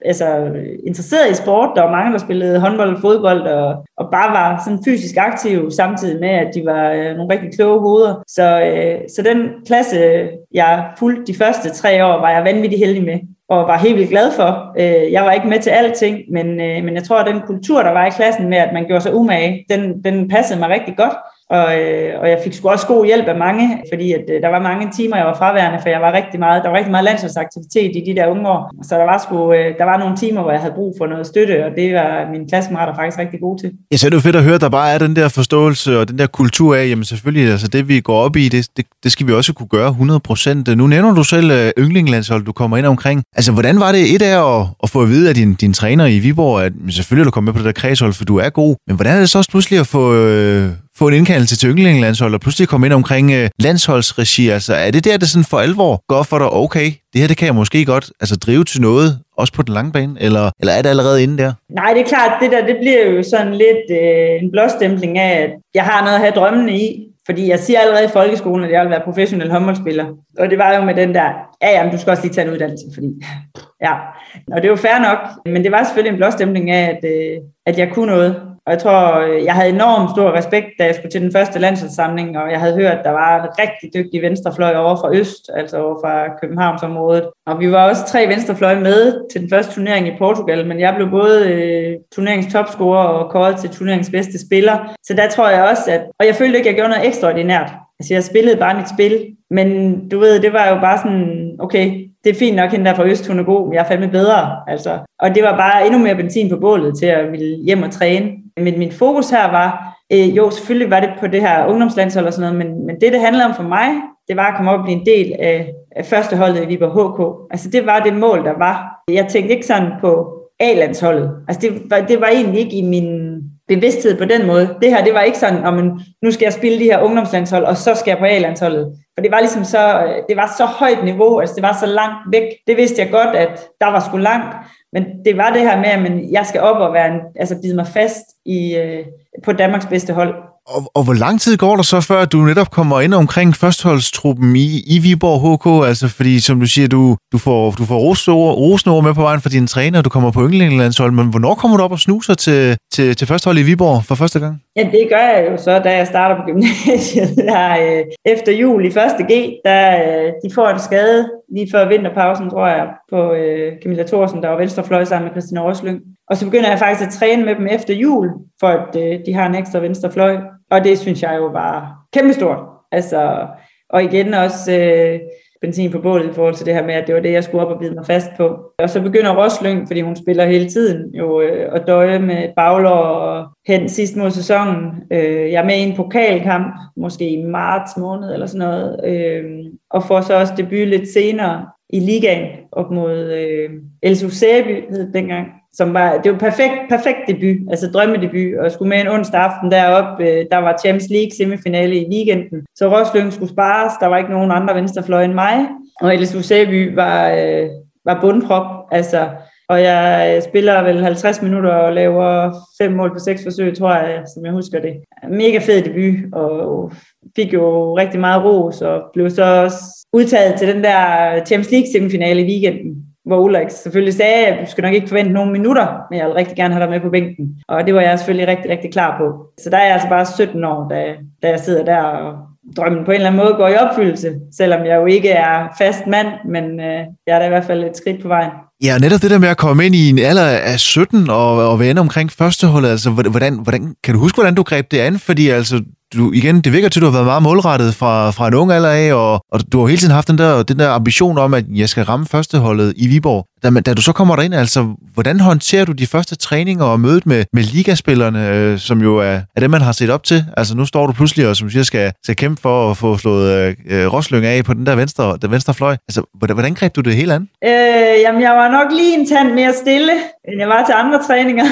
altså, interesseret i sport. Der var mange, der spillede håndbold og fodbold, og, og bare var sådan fysisk aktive, samtidig med, at de var øh, nogle rigtig kloge hoveder. Så, øh, så den klasse, jeg fulgte de første tre år, var jeg vanvittigt heldig med, og var helt vildt glad for. Jeg var ikke med til alting, men, men jeg tror, at den kultur, der var i klassen med, at man gjorde sig umage, den, den passede mig rigtig godt. Og, og jeg fik sgu også god hjælp af mange, fordi at, der var mange timer, jeg var fraværende, for jeg var rigtig meget, der var rigtig meget landsholdsaktivitet i de der unge år. Så der var, sgu, der var nogle timer, hvor jeg havde brug for noget støtte, og det var mine klassekammerater faktisk rigtig gode til. Ja, så er det jo fedt at høre, at der bare er den der forståelse og den der kultur af, jamen selvfølgelig, altså det vi går op i, det, det, det skal vi også kunne gøre hundrede procent. Nu nævner du selv uh, yndlinglandshold, du kommer ind omkring. Altså, hvordan var det et af at, at få at vide af din, din træner i Viborg, at selvfølgelig du kommer med på det der kredshold, for du er god, men hvordan er det så også pludselig at få... Øh, få en indkaldelse til yndlingelandshold, og pludselig komme ind omkring øh, landsholdsregi, altså er det der, det sådan for alvor går for dig, okay, det her, det kan jeg måske godt altså drive til noget, også på den lange bane, eller, eller er det allerede inde der? Nej, det er klart, det der, det bliver jo sådan lidt øh, en blåstempling af, at jeg har noget at have drømmene i, fordi jeg siger allerede i folkeskolen, at jeg vil være professionel håndboldspiller, og det var jo med den der, ja, jamen, du skal også lige tage en uddannelse, fordi, ja, og det er jo fair nok, men det var selvfølgelig en blåstempling af, at, øh, at jeg kunne noget. Og jeg tror, jeg havde enormt stor respekt, da jeg skulle til den første landsholdssamling, og jeg havde hørt, at der var en rigtig dygtig venstrefløj over fra Øst, altså over fra Københavnsområdet. Og vi var også tre venstrefløje med til den første turnering i Portugal, men jeg blev både øh, turneringstopscorer og kåret til turneringens bedste spiller. Så der tror jeg også, at... Og jeg følte ikke, at jeg gjorde noget ekstraordinært. Altså, jeg spillede bare mit spil, men du ved, det var jo bare sådan, okay, det er fint nok, hende der fra Øst, hun er god, men jeg er fandme bedre, altså. Og det var bare endnu mere benzin på bålet til at ville hjem og træne. Men min fokus her var, øh, jo, selvfølgelig var det på det her ungdomslandshold og sådan noget, men, men det, det handlede om for mig, det var at komme op og blive en del af, af førsteholdet i Viborg H K. Altså, det var det mål, der var. Jeg tænkte ikke sådan på A-landsholdet. Altså, det var, det var egentlig ikke i min bevidsthed på den måde. Det her, det var ikke sådan, om nu skal jeg spille de her ungdomslandshold, og så skal jeg på A-landsholdet. For det var ligesom så, det var så højt niveau, altså det var så langt væk. Det vidste jeg godt, at der var sgu langt, men det var det her med, at jeg skal op og være en, altså bide mig fast i, på Danmarks bedste hold. Og, og hvor lang tid går der så, før du netop kommer ind omkring førsteholdstruppen i, i Viborg H K? Altså, fordi som du siger, du, du får, du får rosende ord med på vejen for dine træner, du kommer på yndlingelandshold, men hvornår kommer du op og snuser til, til, til førstehold i Viborg for første gang? Ja, det gør jeg jo så, da jeg starter på gymnasiet. Der, øh, efter jul i første G, der øh, de får en skade lige før vinterpausen, tror jeg, på øh, Camilla Thorsen, der var venstrefløj sammen med Christina Roslyng. Og så begynder jeg faktisk at træne med dem efter jul, for at øh, de har en ekstra venstrefløj. Og det synes jeg jo var kæmpestort. Altså, og igen også øh, benzin på bålet i forhold til det her med, at det var det, jeg skulle op og bide mig fast på. Og så begynder Roslyng, fordi hun spiller hele tiden, jo øh, at døje med et baglår og hen sidst mod sæsonen. Øh, jeg er med i en pokalkamp, måske i marts måned eller sådan noget, øh, og får så også debut lidt senere i ligaen op mod øh, Elsu Sæby, hed det dengang. Som var, det var perfekt, perfekt debut, altså drømmedebut, og skulle med en onsdag aften deroppe, øh, der var Champions League semifinale i weekenden. Så Roslyng skulle spares, der var ikke nogen andre venstrefløje end mig, og L S U Sæby var, øh, var bundprop, altså, og jeg spiller vel halvtreds minutter og laver fem mål på seks forsøg, tror jeg, som jeg husker det. Mega fed debut, og fik jo rigtig meget ros, og blev så også udtaget til den der Champions League semifinale i weekenden, hvor Ulrik selvfølgelig sagde, at du skal nok ikke forvente nogle minutter, men jeg vil rigtig gerne have dig med på bænken. Og det var jeg selvfølgelig rigtig, rigtig klar på. Så der er jeg altså bare sytten år, da, da jeg sidder der, og drømmen på en eller anden måde går i opfyldelse, selvom jeg jo ikke er fast mand, men øh, jeg er da i hvert fald et skridt på vejen. Ja, netop det der med at komme ind i en alder af sytten og, og være omkring førsteholdet, altså hvordan, hvordan, kan du huske, hvordan du greb det an? Fordi altså, du, igen, det virker til, at du har været meget målrettet fra, fra en ung alder af, og, og du har hele tiden haft den der, den der ambition om, at jeg skal ramme førsteholdet i Viborg. Da, da du så kommer derind, altså, hvordan håndterer du de første træninger og mødet med, med ligaspillerne, øh, som jo er, er det, man har set op til? Altså, nu står du pludselig og, som siger, skal, skal kæmpe for at få slået øh, Roslyng af på den der venstre, den venstre fløj. Altså, hvordan, hvordan greb du det hele an? Øh, jamen, jeg var nok lige en tand mere stille, end jeg var til andre træninger.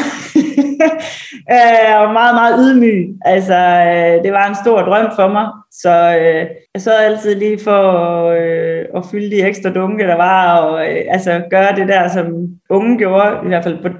øh, og meget, meget ydmyg. Altså, øh, det var en stor drøm for mig. Så øh, jeg sad altid lige for øh, at fylde de ekstra dunke, der var, og øh, altså gøre det der, som unge gjorde, i hvert fald på den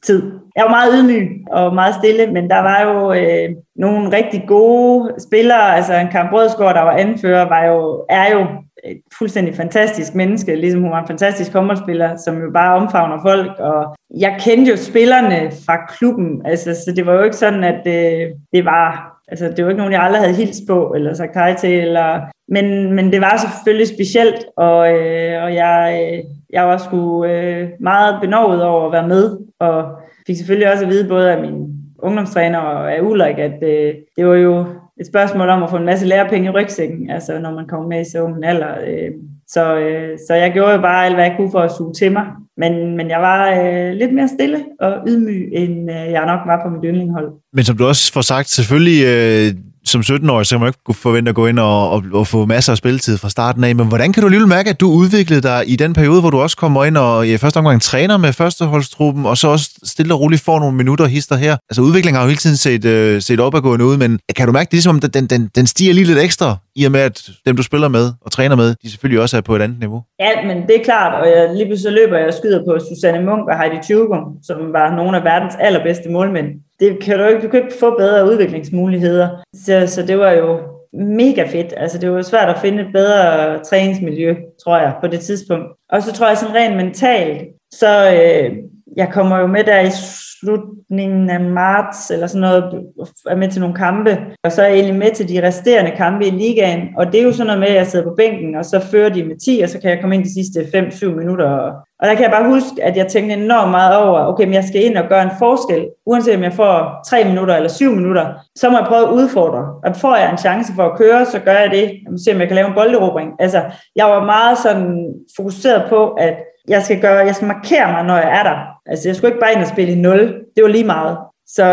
tid. Jeg var meget ydmyg og meget stille, men der var jo øh, nogle rigtig gode spillere. Altså en Karen Brødsgaard, der var anfører, var jo, er jo et fuldstændig fantastisk menneske, ligesom hun var en fantastisk håndboldspiller, som jo bare omfavner folk. Og jeg kendte jo spillerne fra klubben, altså, så det var jo ikke sådan, at øh, det var... Altså, det var ikke nogen, jeg aldrig havde hilst på, eller sagt hej til, eller... Men, men det var selvfølgelig specielt, og, øh, og jeg, øh, jeg var sgu øh, meget benovet over at være med, og fik selvfølgelig også at vide både af min ungdomstræner og af Ulrik, at øh, det var jo et spørgsmål om at få en masse lærepenge i rygsækken, altså når man kommer med i så ungen alder. Øh, så, øh, så jeg gjorde jo bare alt, hvad jeg kunne for at suge til mig, men, men jeg var øh, lidt mere stille og ydmyg, end øh, jeg nok var på mit yndlinghold. Men som du også får sagt, selvfølgelig... Øh som sytten-årig, så kan man ikke kunne forvente at gå ind og, og, og få masser af spilletid fra starten af. Men hvordan kan du alligevel mærke, at du udviklede dig i den periode, hvor du også kommer ind og i første omgang træner med førsteholdstruppen, og så også stille og roligt får nogle minutter hister her? Altså udviklingen har jo hele tiden set, øh, set opadgående ud, men kan du mærke, det er ligesom, den, den, den stiger lige lidt ekstra, i og med, at dem, du spiller med og træner med, de selvfølgelig også er på et andet niveau? Ja, men det er klart, og jeg, lige pludselig løber jeg og skyder på Susanne Munk og Heidi Tjugum, som var nogle af verdens allerbedste målmænd. Det kan du ikke, du kan ikke få bedre udviklingsmuligheder. Så, så det var jo mega fedt. Altså det var svært at finde et bedre træningsmiljø, tror jeg, på det tidspunkt. Og så tror jeg sådan rent mentalt, så øh, jeg kommer jo med der i slutningen af marts, eller sådan noget, er med til nogle kampe, og så er jeg egentlig med til de resterende kampe i ligaen, og det er jo sådan noget med, at jeg sidder på bænken, og så fører de med ti, og så kan jeg komme ind de sidste fem til syv minutter, og der kan jeg bare huske, at jeg tænkte enormt meget over, okay, men jeg skal ind og gøre en forskel, uanset om jeg får tre minutter eller syv minutter, så må jeg prøve at udfordre, og får jeg en chance for at køre, så gør jeg det, jeg må se, om jeg kan lave en bolderobring. Altså, jeg var meget sådan fokuseret på, at jeg skal gøre, jeg skal markere mig, når jeg er der. Altså, jeg skulle ikke bare ind og spille i nul. Det var lige meget. Så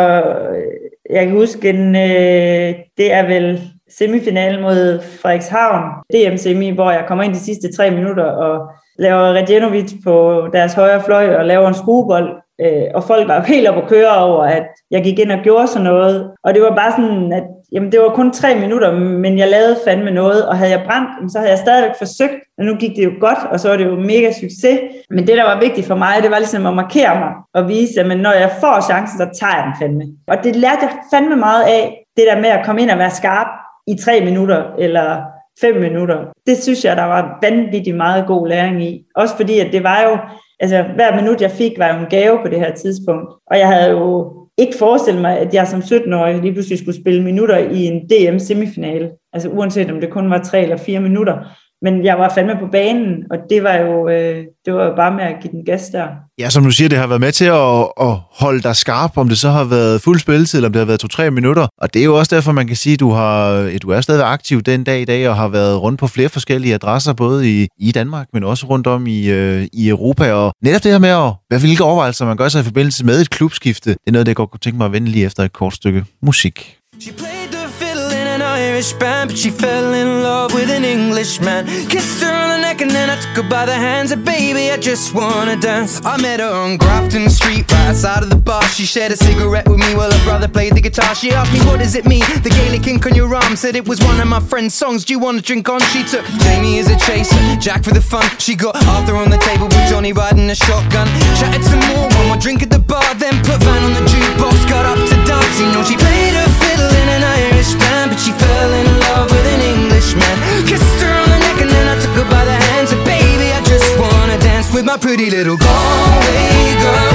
jeg kan huske, en, øh, det er vel semifinalen mod Frederikshavn, D M-semi, hvor jeg kommer ind de sidste tre minutter og laver Redjenovic på deres højre fløj og laver en skruebold. Øh, og folk var helt op at køre over, at jeg gik ind og gjorde sådan noget. Og det var bare sådan, at jamen, det var kun tre minutter, men jeg lavede fandme noget. Og havde jeg brændt, så havde jeg stadigvæk forsøgt. Og nu gik det jo godt, og så var det jo mega succes. Men det, der var vigtigt for mig, det var ligesom at markere mig og vise, at når jeg får chancen, så tager jeg den fandme. Og det lærte jeg fandme meget af, det der med at komme ind og være skarp i tre minutter eller fem minutter. Det synes jeg, der var vanvittigt meget god læring i. Også fordi, at det var jo... Altså, hver minut, jeg fik, var jo en gave på det her tidspunkt. Og jeg havde jo ikke forestillet mig, at jeg som sytten-årig lige pludselig skulle spille minutter i en D M-semifinale. Altså, uanset om det kun var tre eller fire minutter. Men jeg var fandme på banen, og det var jo øh, det var jo bare med at give den gas der. Ja, som du siger, det har været med til at, at holde dig skarp, om det så har været fuld spilletid, eller om det har været to-tre minutter. Og det er jo også derfor, man kan sige, at du, har, du er stadig aktiv den dag i dag, og har været rundt på flere forskellige adresser, både i, i Danmark, men også rundt om i, øh, i Europa. Og netop det her med, at, hvad, hvilke overvejelser man gør sig i forbindelse med et klubskifte, det er noget, det jeg godt kunne tænke mig at vende lige efter et kort stykke musik. Irish band, but she fell in love with an Englishman. Kissed her on the neck and then I took her by the hands. And baby, I just wanna dance. I met her on Grafton Street, right outside of the bar. She shared a cigarette with me while her brother played the guitar. She asked me, what does it mean? The Gaelic ink on your arm. Said it was one of my friend's songs. Do you wanna drink on? She took Jamie as a chaser, Jack for the fun. She got Arthur on the table with Johnny riding a shotgun. Chatted some more, one more drink at the bar. Then put Van on the jukebox, got up to dance. You know she played her fiddle in an Irish band, but she fell in love with an Englishman. Kissed her on the neck and then I took her by the hands. And baby, I just wanna dance with my pretty little Galway girl.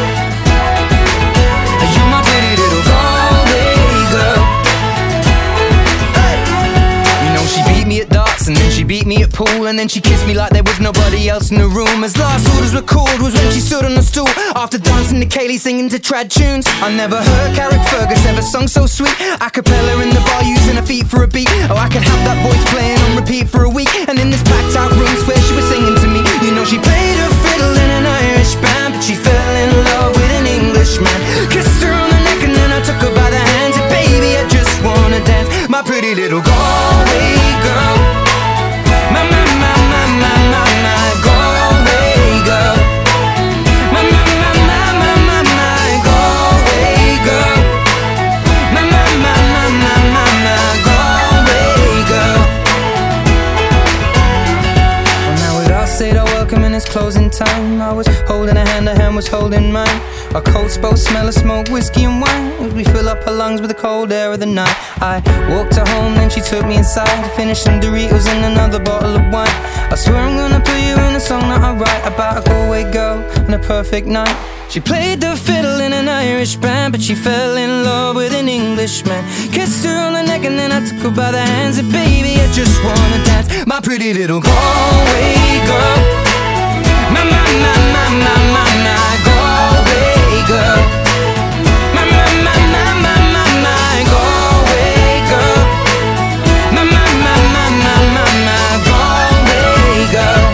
You're my pretty little Galway girl. Hey. You know she beat me at darts and then she beat me at pool, and then she kissed me like there was nobody else in the room. As last orders were called was when she stood on the stool after dancing to Kaylee singing to trad tunes. I never heard Carrick Fergus ever sung so sweet. A cappella in the bar using her feet for a beat. Oh, I could have that voice playing on repeat for a week. And in this packed out room where she was singing to me. You know she played her fiddle in an Irish band, but she fell in love with an Englishman. Kissed her on the neck and then I took her by the hands. And baby, I just wanna dance, my pretty little Galway girl. My, my, my, my, my, my, my Galway girl. My, my, my, my, my, my, my Galway girl. My, my, my, my, my, my, my Galway girl. and it's closing time. I was holding a hand, her hand was holding mine. Our coats both smell of smoke, whiskey and wine, as we fill up her lungs with the cold air of the night. I walked her home, then she took me inside to finish some Doritos and another bottle of wine. I swear I'm gonna put you in a song that I write about a Galway girl and a perfect night. She played the fiddle in an Irish band, but she fell in love with an Englishman. Kissed her on the neck and then I took her by the hands. And baby, I just wanna dance, my pretty little Galway girl. My, my, my, my, my, my, my Galway girl. My, my, my, my, my, my, my Galway girl. My, my, my, my, my, my, my Galway girl.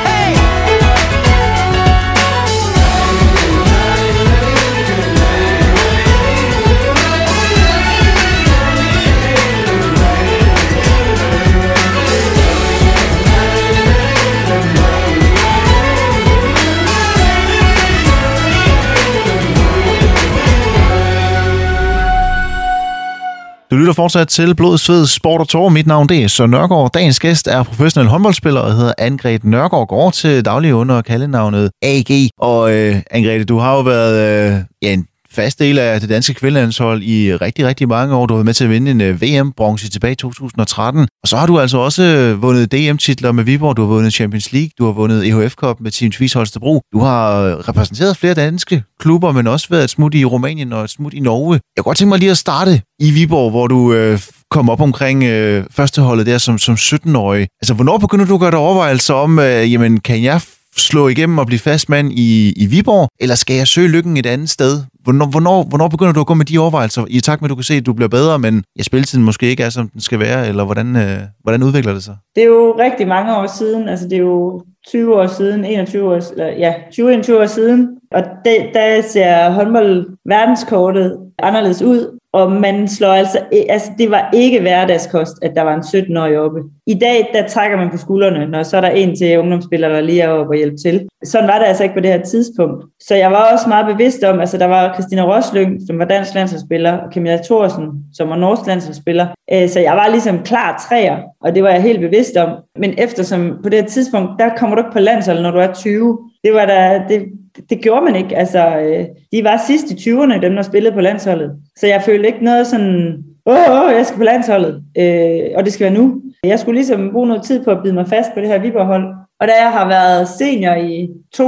Du lytter fortsat til Blod, Sved, Sport og Tårer. Mit navn det er Søren Nørgaard. Dagens gæst er professionel håndboldspiller og hedder Anne-Grethe Nørgaard. Går til daglig under kaldenavnet A G. Og øh, Anne-Grethe, du har jo været øh, ja, en fast del af det danske kvindelandshold i rigtig, rigtig mange år. Du har været med til at vinde en uh, V M-bronze tilbage i to tusind og tretten. Og så har du altså også vundet D M-titler med Viborg. Du har vundet Champions League. Du har vundet E H F Cup med Team Tvis Holstebro. Du har repræsenteret flere danske klubber, men også været et smut i Rumænien og et smut i Norge. Jeg kunne godt tænke mig lige at starte i Viborg, hvor du øh, kom op omkring øh, førsteholdet der som, som sytten-årig. Altså, hvornår begynder du at gøre dig overvejelser om, øh, jamen, kan jeg slå igennem og blive fast mand i, i Viborg, eller skal jeg søge lykken et andet sted? Hvornår, hvornår, hvornår begynder du at gå med de overvejelser, i takt med, at du kan se, at du bliver bedre, men ja, spilletiden måske ikke er, som den skal være, eller hvordan, øh, hvordan udvikler det sig? Det er jo rigtig mange år siden, altså det er jo tyve år siden, enogtyve år, eller, ja, tyve til enogtyve år siden, og det, der ser håndbold-verdenskortet anderledes ud, og man slår altså, altså det var ikke hverdagskost, at der var en sytten-årig oppe. I dag, der trækker man på skuldrene, når så er der en til ungdomsspillere, der lige er oppe og hjælpe til. Sådan var det altså ikke på det her tidspunkt. Så jeg var også meget bevidst om, altså der var Christina Roslyng, som var dansk landsholdsspiller, og Camilla Thorsen, som var norsk landsholdsspiller. Så jeg var ligesom klar træer, og det var jeg helt bevidst om. Men eftersom på det her tidspunkt, der kommer du ikke på landshold, når du er tyve. Det var der, det, det gjorde man ikke. Altså, de var sidst i tyverne, dem der spillede på landsholdet. Så jeg følte ikke noget sådan, åh, åh jeg skal på landsholdet, øh, og det skal være nu. Jeg skulle ligesom bruge noget tid på at bide mig fast på det her Viborg-hold. Og da jeg har været senior i to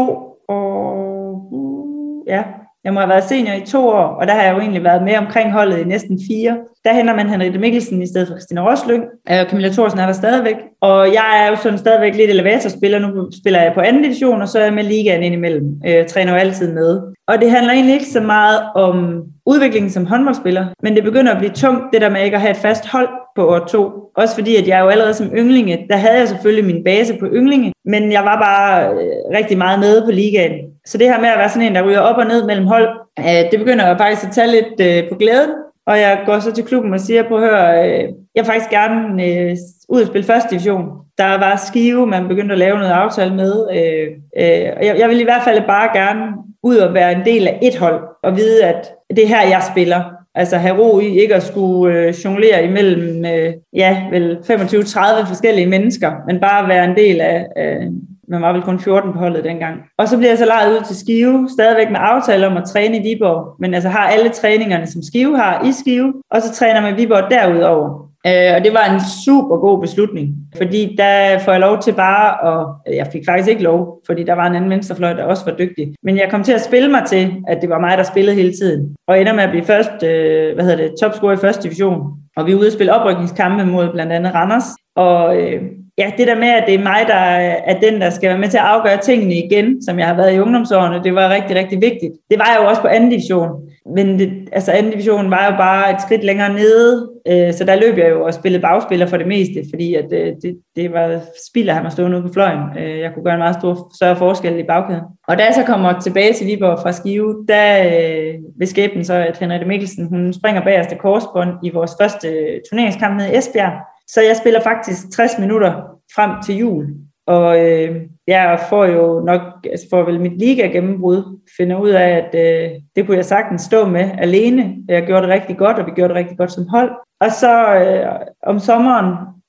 år, ja, jeg må have været senior i to år, og der har jeg jo egentlig været med omkring holdet i næsten fire. Der henter man Henriette Mikkelsen i stedet for Christina Roslyng. Camilla Thorsen er der stadigvæk. Og jeg er jo sådan stadigvæk lidt elevatorspiller. Nu spiller jeg på anden division, og så er jeg med ligaen indimellem. Jeg træner jo altid med. Og det handler egentlig ikke så meget om udviklingen som håndboldspiller, men det begynder at blive tungt, det der med ikke at have et fast hold på år to. Også fordi, at jeg jo allerede som ynglinge, der havde jeg selvfølgelig min base på ynglinge, men jeg var bare rigtig meget nede på ligaen. Så det her med at være sådan en, der ryger op og ned mellem hold, det begynder jeg faktisk at tage lidt på glæden. Og jeg går så til klubben og siger, prøv at høre, jeg vil faktisk gerne øh, ud og spille første division. Der var Skive, man begyndte at lave noget aftale med. Øh, øh, og jeg, jeg vil i hvert fald bare gerne ud og være en del af et hold, og vide, at det er her, jeg spiller. Altså have ro i, ikke at skulle øh, jonglere imellem øh, ja, vel femogtyve til tredive forskellige mennesker, men bare være en del af... Øh, man var vel kun fjorten på holdet dengang. Og så bliver jeg så lejet ud til Skive, stadigvæk med aftale om at træne i Viborg, men altså har alle træningerne, som Skive har i Skive, og så træner man Viborg derudover. Øh, og det var en super god beslutning, fordi der får jeg lov til bare, og jeg fik faktisk ikke lov, fordi der var en anden venstrefløj, der også var dygtig. Men jeg kom til at spille mig til, at det var mig, der spillede hele tiden. Og ender med at blive først, øh, hvad hedder det, topscorer i første division. Og vi er ude at spille oprykningskampe mod blandt andet Randers. Og øh, ja, det der med, at det er mig, der er den, der skal være med til at afgøre tingene igen, som jeg har været i ungdomsårene, det var rigtig, rigtig vigtigt. Det var jeg jo også på anden division. Men det, altså anden division var jo bare et skridt længere nede, øh, så der løb jeg jo og spillede bagspiller for det meste, fordi at, øh, det, det var spild at have mig stående ude på fløjen. Øh, jeg kunne gøre en meget stor, større forskel i bagkæden. Og da jeg så kommer tilbage til Viborg fra Skive, der øh, ved skæbnen så, at Henriette Mikkelsen, hun springer bagerst af korsbånd i vores første turneringskamp nede i Esbjerg. Så jeg spiller faktisk tres minutter frem til jul. Og øh, jeg får jo nok, altså får vel mit liga-gennembrud, finder ud af, at øh, det kunne jeg sagtens stå med alene. Jeg gjorde det rigtig godt, og vi gjorde det rigtig godt som hold. Og så øh, om sommeren,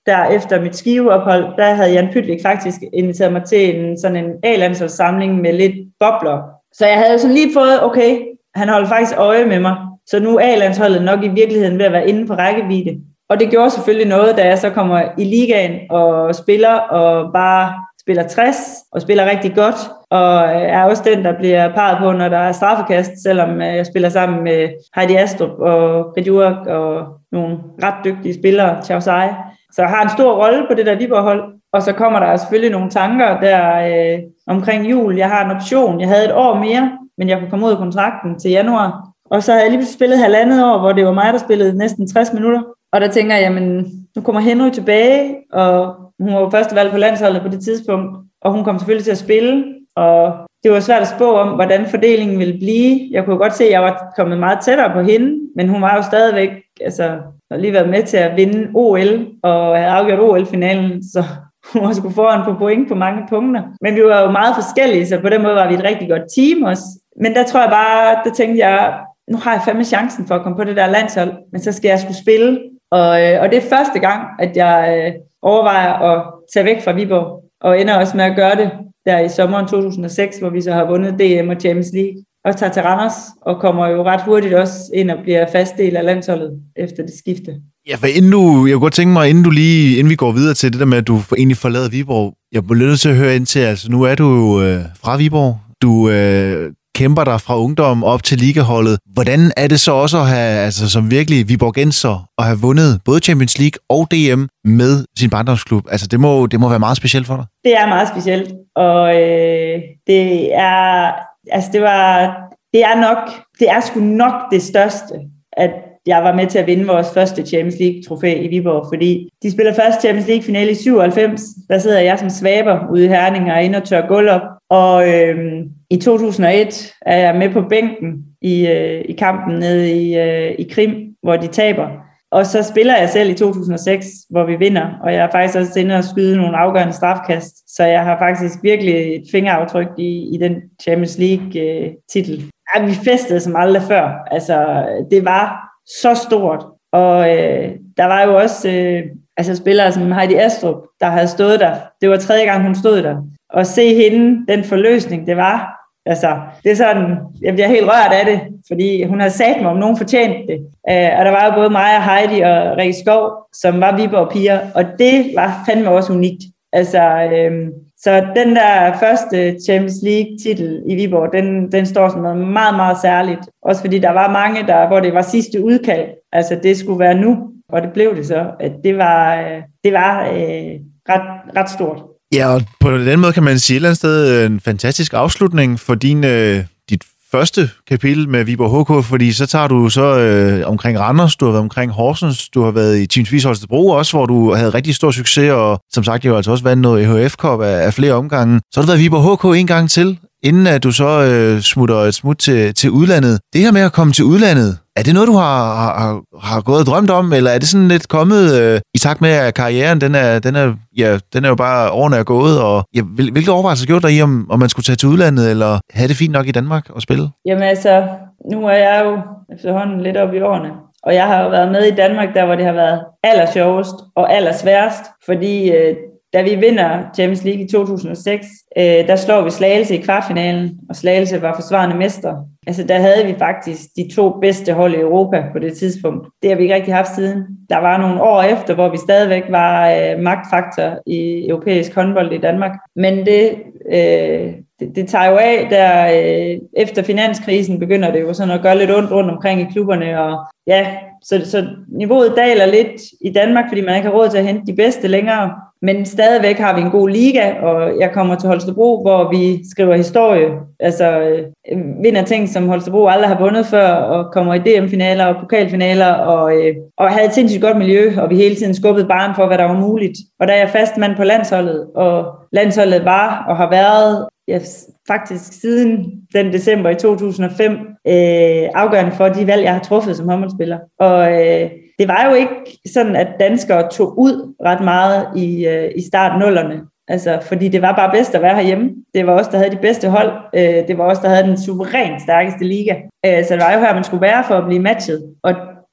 der efter mit skiveophold, der havde Jan Pytlik faktisk inviteret mig til en, sådan en A-landsholdssamling med lidt bobler. Så jeg havde sådan lige fået, okay, han holdt faktisk øje med mig, så nu er A-landsholdet nok i virkeligheden ved at være inde på rækkevidde. Og det gjorde selvfølgelig noget, da jeg så kommer i ligaen og spiller, og bare spiller tres, og spiller rigtig godt, og er også den, der bliver parret på, når der er straffekast, selvom jeg spiller sammen med Heidi Astrup og Ridjurk og nogle ret dygtige spillere, Tjavsej. Så jeg har en stor rolle på det der Viborg-hold, og så kommer der selvfølgelig nogle tanker der øh, omkring jul. Jeg har en option, jeg havde et år mere, men jeg kunne komme ud af kontrakten til januar, og så havde jeg lige spillet halvandet år, hvor det var mig, der spillede næsten tres minutter. Og der tænker jeg, jamen, nu kommer Henry tilbage, og hun var jo første valg på landsholdet på det tidspunkt, og hun kom selvfølgelig til at spille, og det var svært at spå om, hvordan fordelingen ville blive. Jeg kunne godt se, at jeg var kommet meget tættere på hende, men hun var jo stadigvæk, altså, har lige været med til at vinde O L, og havde afgjort O L-finalen, så hun også kunne foran på point på mange punkter. Men vi var jo meget forskellige, så på den måde var vi et rigtig godt team også. Men der tror jeg bare, der tænkte jeg, nu har jeg fandme chancen for at komme på det der landshold, men så skal jeg skulle spille. Og, og det er første gang, at jeg øh, overvejer at tage væk fra Viborg, og ender også med at gøre det der i sommeren to tusind og seks, hvor vi så har vundet D M og Champions League, og tager til Randers, og kommer jo ret hurtigt også ind og bliver fast del af landsholdet efter det skifte. Ja, for inden du, jeg kunne godt tænke mig, inden du lige, inden vi går videre til det der med, at du egentlig forlader Viborg, jeg bliver nødt til at høre ind til, altså nu er du jo øh, fra Viborg, du øh, kæmper dig fra ungdom op til ligaholdet. Hvordan er det så også at have, altså som virkelig viborgenser, at have vundet både Champions League og D M med sin barndomsklub? Altså det må, det må være meget specielt for dig. Det er meget specielt, og øh, det er, altså det var, det er nok, det er sgu nok det største, at jeg var med til at vinde vores første Champions League-trofæ i Viborg, fordi de spiller først Champions League-finale i syvoghalvfems. Der sidder jeg som svaber ude i Herning og er inde og tør gulv op. Og øhm, i to tusind og et er jeg med på bænken i, øh, i kampen nede i, øh, i Krim, hvor de taber. Og så spiller jeg selv i to tusind og seks, hvor vi vinder, og jeg er faktisk også inde og skyde nogle afgørende strafkast. Så jeg har faktisk virkelig et fingeraftryk i, i den Champions League-titel. Ja, vi festede som aldrig før. Altså, det var så stort, og øh, der var jo også øh, altså spillere som Heidi Astrup, der havde stået der. Det var tredje gang, hun stod der. Og se hende, den forløsning, det var, altså, det er sådan, jeg bliver helt rørt af det, fordi hun havde sagt mig, om nogen fortjente det. Øh, og der var jo både mig og Heidi og Rikke Skov, som var Viborg-piger, og det var fandme også unikt. Altså, øh, så den der første Champions League-titel i Viborg, den, den står som noget meget, meget særligt. Også fordi der var mange, der, hvor det var sidste udkald. Altså, det skulle være nu, og det blev det så. At det var, det var øh, ret, ret stort. Ja, og på den måde kan man sige et eller andet sted en fantastisk afslutning for din, øh, dit første kapitel med Viborg H K, fordi så tager du så øh, omkring Randers, du har været omkring Horsens, du har været i Team Tvis Holstebro også, hvor du havde rigtig stor succes, og som sagt, jeg har altså også været noget E H F Cup af, af flere omgange. Så har du været Viborg H K en gang til, inden at du så øh, smutter et smut til, til udlandet. Det her med at komme til udlandet, er det noget, du har, har, har gået og drømt om, eller er det sådan lidt kommet øh, i takt med, at karrieren, den er, den er, ja, den er jo bare, årene er gået, og ja, hvil, hvilke overvejelser gjorde dig i, om, om man skulle tage til udlandet, eller have det fint nok i Danmark og spille? Jamen altså, nu er jeg jo efterhånden lidt oppe i årene, og jeg har jo været med i Danmark, der hvor det har været allersjovest og allersværest, fordi øh, da vi vinder Champions League i to tusind og seks, øh, der slår vi Slagelse i kvartfinalen, og Slagelse var forsvarende mester. Altså der havde vi faktisk de to bedste hold i Europa på det tidspunkt. Det har vi ikke rigtig haft siden. Der var nogle år efter, hvor vi stadigvæk var øh, magtfaktor i europæisk håndbold i Danmark. Men det, øh, det, det tager jo af, der øh, efter finanskrisen begynder det jo sådan at gøre lidt ondt rundt omkring i klubberne. Og ja, så, så niveauet daler lidt i Danmark, fordi man ikke har råd til at hente de bedste længere. Men stadigvæk har vi en god liga, og jeg kommer til Holstebro, hvor vi skriver historie. Altså øh, vinder ting, som Holstebro aldrig har vundet før, og kommer i D M-finaler og pokalfinaler, og, øh, og havde et sindssygt godt miljø, og vi hele tiden skubbede barn for, hvad der var muligt. Og der er jeg fast mand på landsholdet, og landsholdet var og har været, ja, faktisk siden den december i to tusind og fem, øh, afgørende for de valg, jeg har truffet som håndboldspiller. Og øh, det var jo ikke sådan, at danskere tog ud ret meget i, øh, i starten nullerne. Altså, fordi det var bare bedst at være herhjemme. Det var os, der havde de bedste hold. Øh, det var os, der havde den suverænt stærkeste liga. Øh, så det var jo her, man skulle være for at blive matchet. Og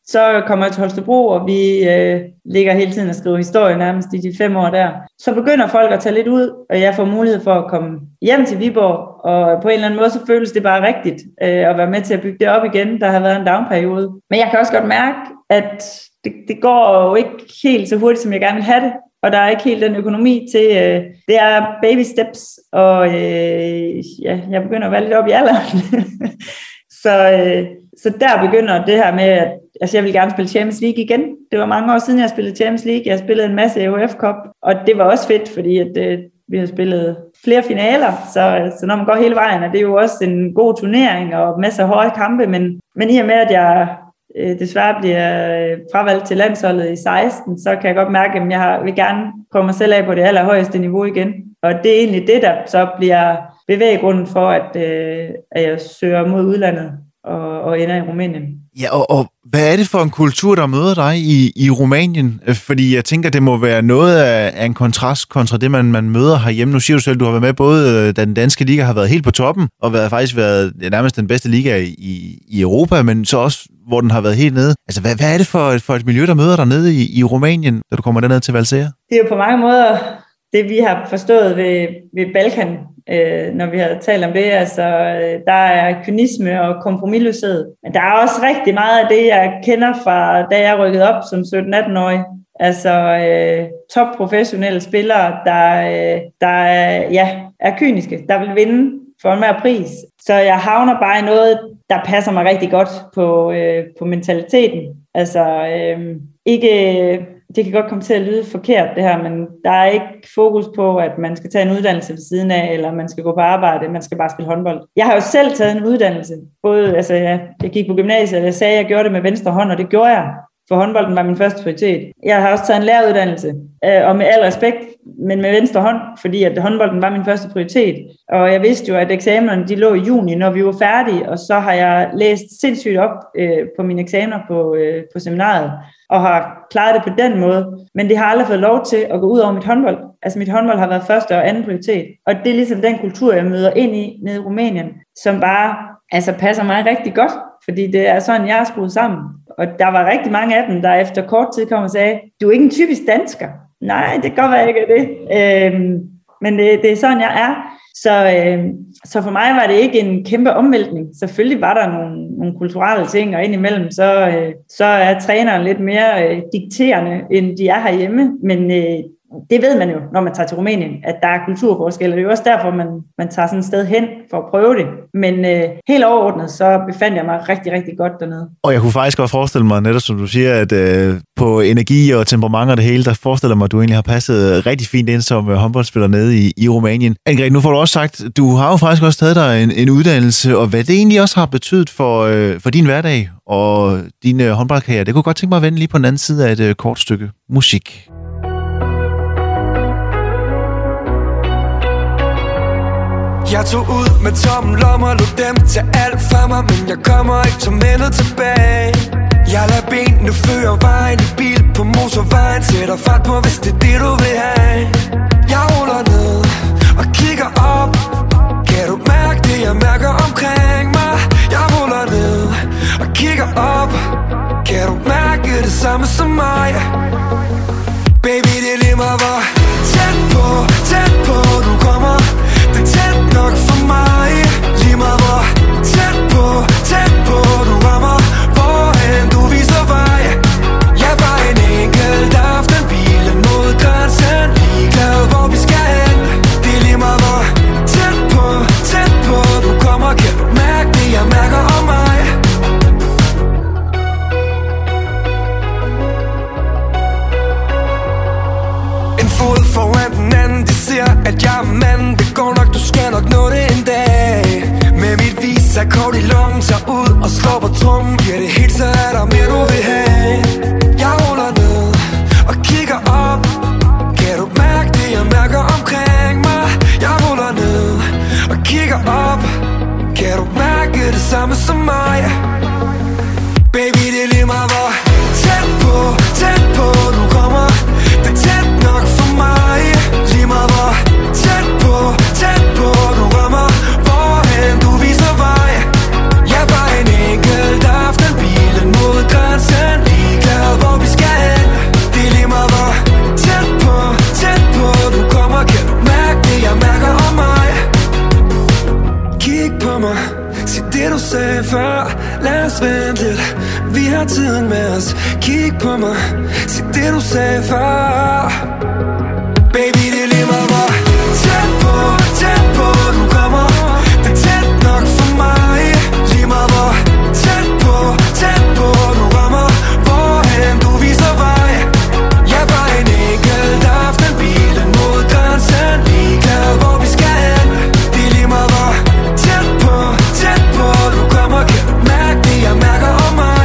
Så kommer jeg til Holstebro, og vi øh, ligger hele tiden og skriver historie nærmest i de fem år der. Så begynder folk at tage lidt ud, og jeg får mulighed for at komme hjem til Viborg, og på en eller anden måde så føles det bare rigtigt øh, at være med til at bygge det op igen. Der har været en downperiode. Men jeg kan også godt mærke, at det, det går jo ikke helt så hurtigt, som jeg gerne vil have det. Og der er ikke helt den økonomi til, øh, det er baby steps, og øh, ja, jeg begynder at være lidt op i alderen. så, øh, så der begynder det her med, at altså, jeg vil gerne spille Champions League igen. Det var mange år siden, jeg spillede Champions League. Jeg spillede en masse E U F Cup, og det var også fedt, fordi at, øh, vi har spillet flere finaler, så, så når man går hele vejen, og det er jo også en god turnering og masser af hårde kampe, men, men i og med, at jeg øh, desværre bliver øh, fravalgt til landsholdet i seksten, så kan jeg godt mærke, at jeg har, vil gerne prøve mig selv af på det allerhøjeste niveau igen. Og det er egentlig det, der så bliver bevæggrunden for, at, øh, at jeg søger mod udlandet og, og ender i Rumænien. Ja, og, og hvad er det for en kultur, der møder dig i, i Rumænien? Fordi jeg tænker, det må være noget af, af en kontrast kontra det, man, man møder herhjemme. Nu siger du selv, du har været med både, da den danske liga har været helt på toppen, og været, faktisk været ja, nærmest den bedste liga i, i Europa, men så også, hvor den har været helt nede. Altså, hvad, hvad er det for, for et miljø, der møder dig nede i, i Rumænien, da du kommer derned til Valsera? Det er jo på mange måder det, vi har forstået ved, ved Balkan, øh, når vi har talt om det. Altså, der er kynisme og kompromisløshed. Men der er også rigtig meget af det, jeg kender fra, da jeg rykkede op som sytten-atten-årig. Altså øh, topprofessionelle spillere, der, øh, der ja, er kyniske, der vil vinde for en mere pris. Så jeg havner bare i noget, der passer mig rigtig godt på, øh, på mentaliteten. Altså øh, ikke... Det kan godt komme til at lyde forkert, det her, men der er ikke fokus på, at man skal tage en uddannelse ved siden af, eller man skal gå på arbejde, man skal bare spille håndbold. Jeg har jo selv taget en uddannelse. Både, altså, jeg, jeg gik på gymnasiet, og jeg sagde, at jeg gjorde det med venstre hånd, og det gjorde jeg. For håndbolden var min første prioritet. Jeg har også taget en læreruddannelse, øh, og med al respekt, men med venstre hånd, fordi at håndbolden var min første prioritet. Og jeg vidste jo, at eksamenerne de lå i juni, når vi var færdige, og så har jeg læst sindssygt op øh, på mine eksamener på, øh, på seminariet, og har klaret det på den måde. Men det har aldrig fået lov til at gå ud over mit håndbold. Altså mit håndbold har været første og anden prioritet. Og det er ligesom den kultur, jeg møder ind i nede i Rumænien, som bare altså, passer mig rigtig godt, fordi det er sådan, jeg er skruet sammen. Og der var rigtig mange af dem, der efter kort tid kom og sagde, du er ikke en typisk dansker. Nej, det kan godt være, jeg ikke er det. Øhm, men det, det er sådan, jeg er. Så, øhm, så for mig var det ikke en kæmpe omvæltning. Selvfølgelig var der nogle, nogle kulturelle ting, og indimellem så, øh, så er træneren lidt mere øh, dikterende, end de er herhjemme. Men øh, det ved man jo, når man tager til Rumænien, at der er kulturforskelle. Det er jo også derfor, man, man tager sådan et sted hen for at prøve det. Men øh, helt overordnet, så befandt jeg mig rigtig, rigtig godt dernede. Og jeg kunne faktisk godt forestille mig, netop som du siger, at øh, på energi og temperament og det hele, der forestiller mig, at du egentlig har passet rigtig fint ind som øh, håndboldspiller nede i, i Rumænien. Anne-Grethe, nu får du også sagt, du har jo faktisk også taget dig en, en uddannelse, og hvad det egentlig også har betydet for, øh, for din hverdag og din øh, håndboldkarriere. Det kunne godt tænke mig at vende lige på den anden side af et øh, kort stykke musik. Jeg tog ud med tomme lommer, lod dem tage alt fra mig, men jeg kommer ikke som vendet tilbage. Jeg lader benene føre vejen i bil på motorvejen, sætter fart på, hvis det er det du vil have. Jeg ruller ned og kigger op. Kan du mærke det, jeg mærker omkring mig? Jeg ruller ned og kigger op. Kan du mærke det samme som mig? Baby, det er lige meget hvor tæt på, tæt på du kommer. Det er tæt nok for mig. Lige meget hvor tæt på, tæt på du rammer. Hvorhen du viser vej. Jeg er bare en enkelt aften, bilen mod grænsen. Ligeglad hvor vi skal hen. Det er lige meget hvor tæt på, tæt på du kommer. Kan du mærke det, jeg mærker om mig? En fod foran den anden, de siger at jeg er manden. Det går nok, du skal nok nå det en dag. Med mit visa-kort i lommen, tager ud og slår på trummen. Giver det helt, så er der mere du vil have. Jeg ruller ned og kigger op. Kan du mærke det, jeg mærker omkring mig? Jeg ruller ned og kigger op. Kan du mærke det samme som mig? Baby, det er lige meget hvor tæt på, tæt på du kommer. Det er tæt nok for mig. Lige meget hvor tæt på, tæt på du rammer. Hvorhen du viser vej. Jeg er bare en enkelt aften, bilen mod grænsen. før. Lad os vente lidt, vi har tiden med os. Kig på mig, sig det du sagde før. Baby, det er lige meget hvor tæt på, tæt på du kommer. Det er tæt nok for mig. Lige meget hvor tæt på, tæt på du rammer. Hvorhen du viser vej. Jeg er bare en enkelt aften, bilen mod grænsen. Ligeglad hvor vi skal hen. Det er lige meget hvor tæt på, tæt på du kommer. Kan du mærke det, jeg mærker om mig?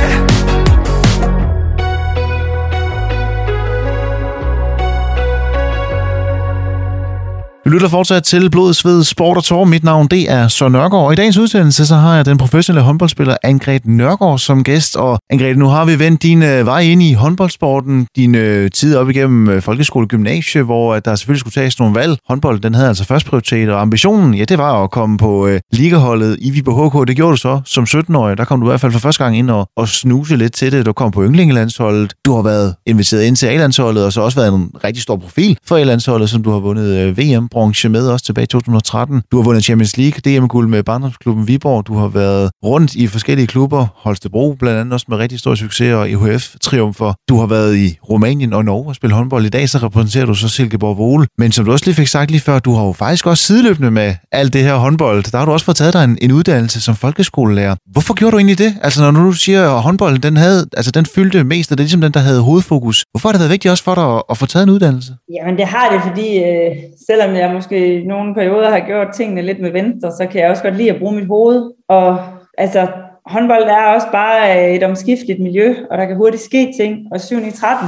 Vi lytter fortsat til Blod, Sved, Sport og Tårer. Mit navn, det er Søren Nørgaard, og i dagens udsendelse, så har jeg den professionelle håndboldspiller Ann-Grethe Nørgaard som gæst. Og Ann-Grethe, nu har vi vendt din øh, vej ind i håndboldsporten, din øh, tid op igennem øh, folkeskole og gymnasie, hvor der selvfølgelig skulle tages nogle valg. Håndbold, den havde altså først prioritet, og ambitionen, ja, det var at komme på øh, ligaholdet i Viborg H K. Det gjorde du så som sytten-årig. Der kom du i hvert fald for første gang ind og, og snuse lidt til det. Du kom på yndlingelandsholdet. Du har været inviteret ind til A-landsholdet, og så også været en rigtig stor profil for A-landsholdet, som du har vundet øh, V M-bronze med også tilbage i to tusind og tretten. Du har vundet Champions League, D M-guld med barndomsklubben Viborg. Du har været rundt i forskellige klubber, Holstebro blandt andet også med rigtig stor succes og E H F-triumfer. Du har været i Rumænien og Norge og spillet håndbold. I dag så repræsenterer du så Silkeborg Vole. Men som du også lige fik sagt lige før, du har jo faktisk også sideløbende med alt det her håndbold. Der har du også fået taget dig en, en uddannelse som folkeskolelærer. Hvorfor gjorde du egentlig det? Altså når du siger, at håndbolden den havde, altså den fyldte mest, og det er ligesom den, der havde hovedfokus. Hvorfor har det været vigtigt også for dig at, at få taget en uddannelse? Jamen det har det, fordi øh, selvom jeg måske i nogle perioder har gjort tingene lidt med venstre, så kan jeg også godt lide at bruge mit hoved. Og altså, håndbold er også bare et omskifteligt miljø, og der kan hurtigt ske ting. Og syv ni tretten,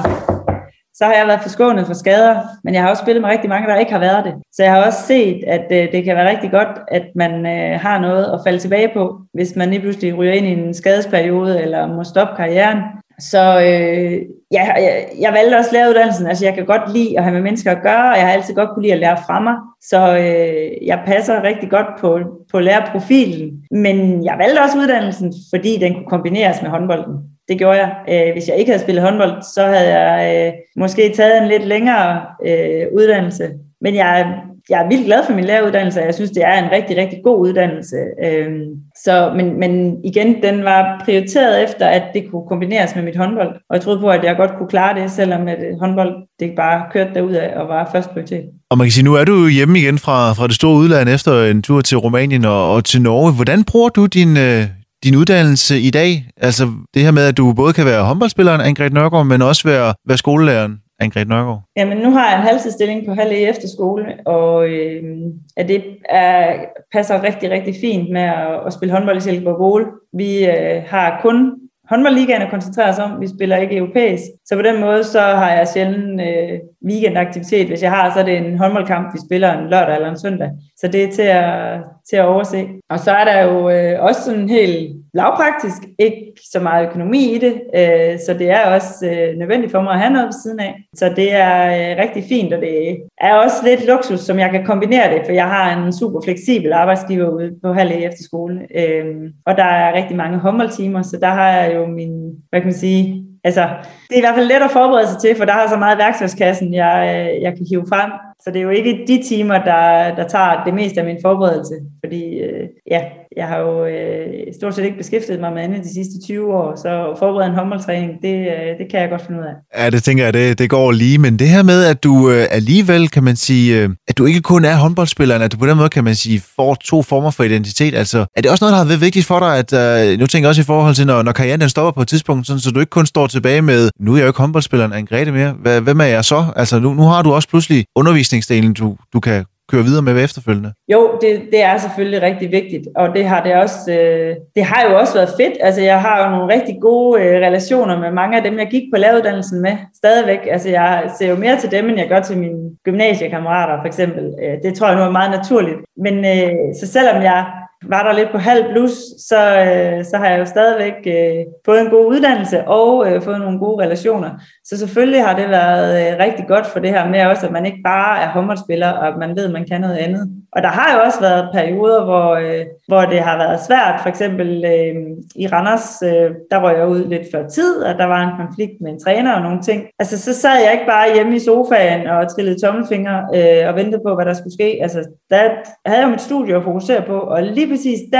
så har jeg været forskånet for skader, men jeg har også spillet med rigtig mange, der ikke har været det. Så jeg har også set, at øh, det kan være rigtig godt, at man øh, har noget at falde tilbage på, hvis man lige pludselig ryger ind i en skadesperiode, eller må stoppe karrieren. Så øh, ja, jeg, jeg valgte også læreruddannelsen. Altså jeg kan godt lide at have med mennesker at gøre, og jeg har altid godt kunne lide at lære fra mig. Så øh, jeg passer rigtig godt på, på lærerprofilen. Men jeg valgte også uddannelsen, fordi den kunne kombineres med håndbolden. Det gjorde jeg. Øh, hvis jeg ikke havde spillet håndbold, så havde jeg øh, måske taget en lidt længere øh, uddannelse. Men jeg Jeg er vildt glad for min læreruddannelse, og jeg synes, det er en rigtig, rigtig god uddannelse. Øhm, så, men, men igen, den var prioriteret efter, at det kunne kombineres med mit håndbold. Og jeg troede på, at jeg godt kunne klare det, selvom at håndbold det bare kørte derudad og var først prioritet. Og man kan sige, nu er du hjemme igen fra, fra det store udland efter en tur til Rumænien og, og til Norge. Hvordan bruger du din, øh, din uddannelse i dag? Altså det her med, at du både kan være håndboldspilleren Ann-Grethe Nørgaard, men også være, være skolelæreren Ann-Grethe Nørgaard? Jamen, nu har jeg en halvtidsstilling på halv E efterskole, og øh, at det er, passer rigtig, rigtig fint med at, at spille håndbold i Silkeborg Vole. Vi øh, har kun håndboldligaen at koncentrere os om. Vi spiller ikke europæisk. Så på den måde, så har jeg sjældent øh, weekendaktivitet. Hvis jeg har, så er det en håndboldkamp, vi spiller en lørdag eller en søndag. Så det er til at, til at overse. Og så er der jo øh, også sådan helt lavpraktisk, ikke så meget økonomi i det. Øh, så det er også øh, nødvendigt for mig at have noget ved siden af. Så det er øh, rigtig fint, og det er også lidt luksus, som jeg kan kombinere det. For jeg har en super fleksibel arbejdsgiver ude på halv E efterskole. Øh, og der er rigtig mange håndboldtimer, så der har jeg jo min, hvad kan man sige, altså, det er i hvert fald let at forberede sig til, for der har så meget værktøjskassen, jeg, jeg kan hive frem. Så det er jo ikke de timer, der, der tager det meste af min forberedelse. Fordi øh, ja, jeg har jo øh, stort set ikke beskæftiget mig med andet de sidste tyve år, så forberede en håndboldtræning, det, øh, det kan jeg godt finde ud af. Ja, det tænker jeg, det, det går lige. Men det her med, at du øh, alligevel, kan man sige, øh, at du ikke kun er håndboldspilleren, at du på den måde, kan man sige, får to former for identitet. Altså, er det også noget, der har været vigtigt for dig, at øh, nu tænker jeg også i forhold til, når, når karrieren den stopper på et tidspunkt, sådan, så du ikke kun står tilbage med, nu er jeg jo ikke håndboldspilleren Ann-Grethe mere. Hvad, hvem er jeg så? Altså, nu, nu har du også pludselig undervisningsdelen, du, du kan køre videre med efterfølgende. Jo, det, det er selvfølgelig rigtig vigtigt, og det har det også, øh, det har jo også været fedt. Altså, jeg har jo nogle rigtig gode øh, relationer med mange af dem, jeg gik på læreruddannelsen med, stadigvæk. Altså, jeg ser jo mere til dem, end jeg gør til mine gymnasiekammerater, for eksempel. Øh, det tror jeg nu er meget naturligt. Men øh, så selvom jeg var der lidt på halv plus, så, øh, så har jeg jo stadigvæk øh, fået en god uddannelse og øh, fået nogle gode relationer. Så selvfølgelig har det været øh, rigtig godt for det her med også, at man ikke bare er håndboldspiller, og at man ved, at man kan noget andet. Og der har jo også været perioder, hvor, øh, hvor det har været svært. For eksempel øh, i Randers, øh, der røg jeg ud lidt før tid, og der var en konflikt med en træner og nogle ting. Altså, så sad jeg ikke bare hjemme i sofaen og trillede tommelfingre øh, og ventede på, hvad der skulle ske. Altså, der havde jeg mit studie at fokusere på, og lige præcis der,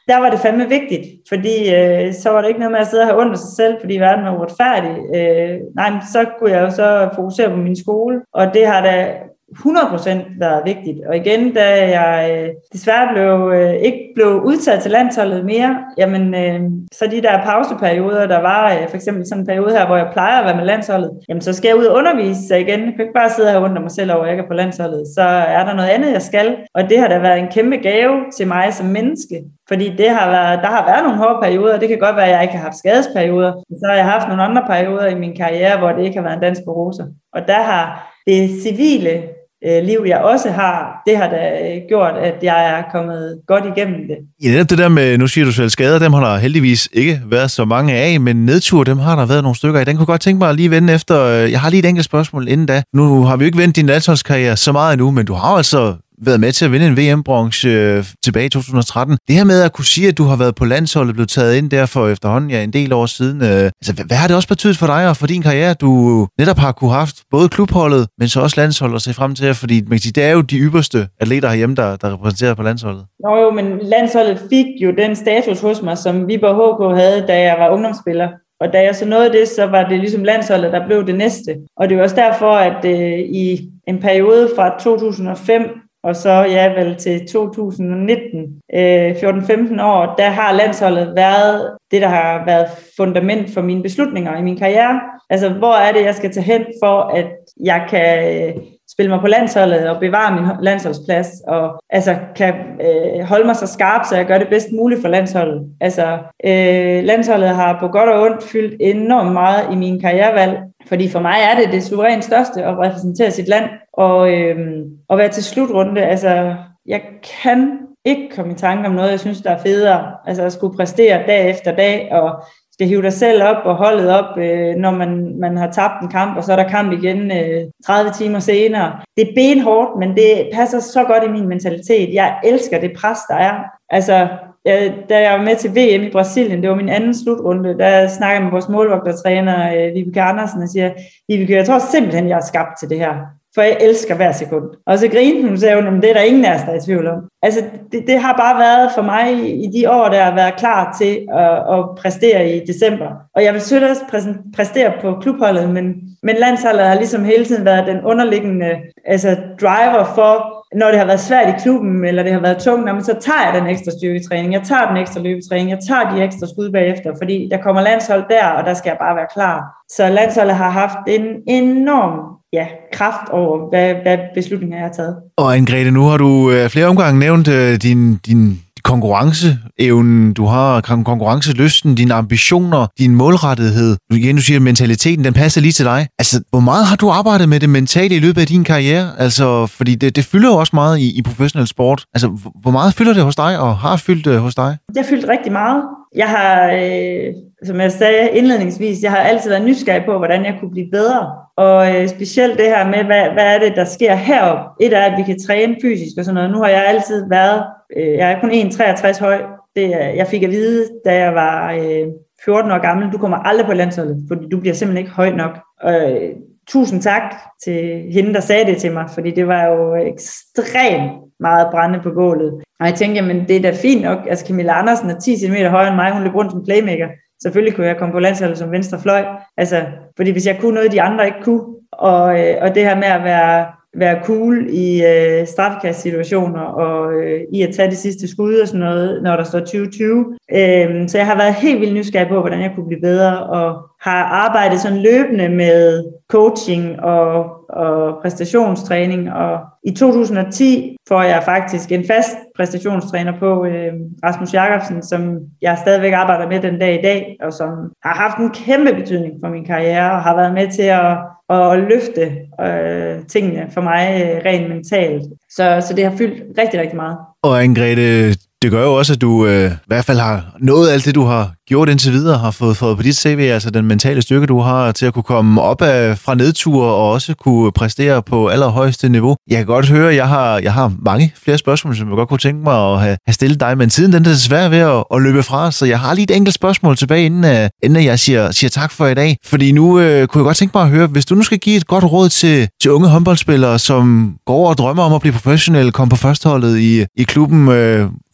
der var det fandme vigtigt, fordi øh, så var det ikke noget med at sidde og have ondt af sig selv, fordi verden var uretfærdig. Øh, nej, men så kunne jeg jo så fokusere på min skole, og det har da hundrede procent været vigtigt. Og igen, da jeg øh, desværre blev, øh, ikke blev udtaget til landsholdet mere, jamen øh, så de der pauseperioder, der var øh, for eksempel sådan en periode her, hvor jeg plejer at være med landsholdet, jamen så skal jeg ud og undervise sig igen. Jeg kan ikke bare sidde her under mig selv over, at jeg ikke er på landsholdet. Så er der noget andet, jeg skal. Og det har da været en kæmpe gave til mig som menneske. Fordi det har været, der har været nogle hårde perioder. Det kan godt være, at jeg ikke har haft skadesperioder. Men så har jeg haft nogle andre perioder i min karriere, hvor det ikke har været en dans på roser. Og der har det civile liv, jeg også har, det har da gjort, at jeg er kommet godt igennem det. Ja, det der med, nu siger du selv skader, dem har der heldigvis ikke været så mange af, men nedtur, dem har der været nogle stykker af. Den kunne godt tænke mig at lige vende efter. Jeg har lige et enkelt spørgsmål inden da. Nu har vi jo ikke vendt din landsholdskarriere så meget endnu, men du har altså været med til at vinde en V M-bronze øh, tilbage i to tusind og tretten. Det her med at kunne sige, at du har været på landsholdet, blevet taget ind der for efterhånden ja, en del år siden. Øh, altså, hvad, hvad har det også betydet for dig og for din karriere, at du netop har kunne haft både klubholdet, men så også landsholdet at se frem til? Fordi man kan sige, det er jo de ypperste atleter herhjemme, der, der repræsenterer på landsholdet. Nå jo, men landsholdet fik jo den status hos mig, som Viborg H K havde, da jeg var ungdomsspiller. Og da jeg så nåede det, så var det ligesom landsholdet, der blev det næste. Og det var også derfor, at øh, i en periode fra to tusind og fem og så ja vel til to tusind og nitten, øh, fjorten femten år, der har landsholdet været det, der har været fundament for mine beslutninger i min karriere. Altså, hvor er det, jeg skal tage hen for, at jeg kan øh, spille mig på landsholdet og bevare min landsholdsplads, og altså kan øh, holde mig så skarp, så jeg gør det bedst muligt for landsholdet. Altså, øh, landsholdet har på godt og ondt fyldt enormt meget i min karrierevalg, fordi for mig er det det suverænt største at repræsentere sit land og, øh, og være til slutrunde. Altså, jeg kan ikke komme i tanke om noget, jeg synes, der er federe. Altså at skulle præstere dag efter dag og skal hive dig selv op og holdet op, øh, når man, man har tabt en kamp, og så er der kamp igen øh, tredive timer senere. Det er benhårdt, men det passer så godt i min mentalitet. Jeg elsker det pres, der er. Altså, jeg, da jeg var med til V M i Brasilien, det var min anden slutrunde, der snakker jeg med vores målvogtertræner, øh, Vibeke Andersen, og siger, Vibeke, jeg tror simpelthen, jeg er skabt til det her. For jeg elsker hver sekund. Og så grinte hun, sagde hun, det er der ingen af os, der er i tvivl om. Altså, det, det har bare været for mig i de år, der har været klar til at, at præstere i december. Og jeg vil selvfølgelig også præstere på klubholdet, men, men landsholdet har ligesom hele tiden været den underliggende altså driver for, når det har været svært i klubben, eller det har været tungt, så tager jeg den ekstra styrketræning, jeg tager den ekstra løbetræning, jeg tager de ekstra skud bagefter, fordi der kommer landshold der, og der skal jeg bare være klar. Så landsholdet har haft en enorm ja, kraft over, hvad, hvad beslutninger jeg har taget. Og Anne-Grethe, nu har du øh, flere omgange nævnt øh, din, din konkurrenceevnen, du har konkurrencelysten, dine ambitioner, din målrettighed. Du, igen, du siger, at mentaliteten, den passer lige til dig. Altså, hvor meget har du arbejdet med det mentale i løbet af din karriere? Altså, fordi det, det fylder jo også meget i, i professionel sport. Altså, hvor meget fylder det hos dig, og har fyldt det hos dig? Det har fyldt rigtig meget. Jeg har, øh, som jeg sagde indledningsvis, jeg har altid været nysgerrig på, hvordan jeg kunne blive bedre. Og øh, specielt det her med, hvad, hvad er det, der sker heroppe. Et er, at vi kan træne fysisk og sådan noget. Nu har jeg altid været, øh, jeg er kun en komma treogtres høj. Det, jeg fik at vide, da jeg var øh, fjorten år gammel, du kommer aldrig på landsholdet, fordi du bliver simpelthen ikke høj nok. Og, øh, tusind tak til hende, der sagde det til mig, fordi det var jo ekstremt meget brænde på bålet. Og jeg tænkte, jamen det er da fint nok. Altså Camilla Andersen er ti centimeter højere end mig, hun løb rundt som playmaker. Selvfølgelig kunne jeg komme på landsholdet som venstre fløj. Altså, fordi hvis jeg kunne noget, de andre ikke kunne, og, og det her med at være, være cool i øh, straffekastsituationer, og øh, i at tage det sidste skud og sådan noget, når der står tyve tyve. Øh, så jeg har været helt vildt nysgerrig på, hvordan jeg kunne blive bedre, og har arbejdet sådan løbende med coaching og, og præstationstræning. Og i to tusind og ti får jeg faktisk en fast præstationstræner på, øh, Rasmus Jacobsen, som jeg stadigvæk arbejder med den dag i dag, og som har haft en kæmpe betydning for min karriere, og har været med til at, at løfte øh, tingene for mig øh, rent mentalt. Så, så det har fyldt rigtig, rigtig meget. Og Anne-Grethe, det gør jo også, at du øh, i hvert fald har nået alt det, du har gjort indtil videre, har fået, fået på dit C V, altså den mentale styrke, du har til at kunne komme op af, fra nedture og også kunne præstere på allerhøjeste niveau. Jeg kan godt høre, at jeg har, jeg har mange flere spørgsmål, som jeg godt kunne tænke mig at have, have stillet dig, men tiden den er desværre ved at, at løbe fra, så jeg har lige et enkelt spørgsmål tilbage, inden, inden jeg siger, siger tak for i dag. Fordi nu øh, kunne jeg godt tænke mig at høre, hvis du nu skal give et godt råd til, til unge håndboldspillere, som går og drømmer om at blive professionelle, komme på førsteholdet i, i klubben, øh,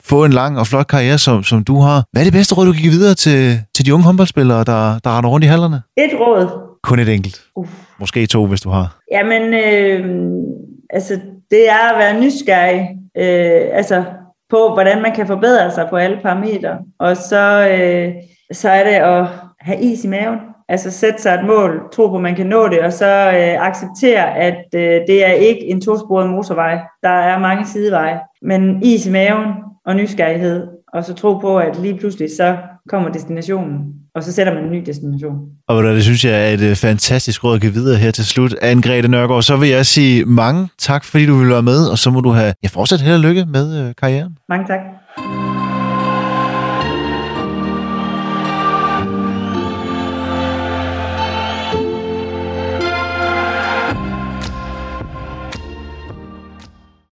få en lang og flot karriere, som, som du har. Hvad er det bedste råd, du kan give videre til, til de unge håndboldspillere, der, der render rundt i hallerne? Et råd. Kun et enkelt. Uf. Måske to, hvis du har. Jamen, øh, altså, det er at være nysgerrig. Øh, altså, på hvordan man kan forbedre sig på alle parametre. Og så, øh, så er det at have is i maven. Altså sætte sig et mål, tro på, at man kan nå det, og så øh, acceptere, at øh, det er ikke en tosporet motorvej. Der er mange sideveje. Men is i maven og nysgerrighed, og så tro på, at lige pludselig så kommer destinationen, og så sætter man en ny destination. Og det synes jeg er et fantastisk råd at give videre her til slut. Anne-Grethe Nørgaard, så vil jeg sige mange tak, fordi du vil være med, og så må du have ja, fortsat held og lykke med øh, karrieren. Mange tak.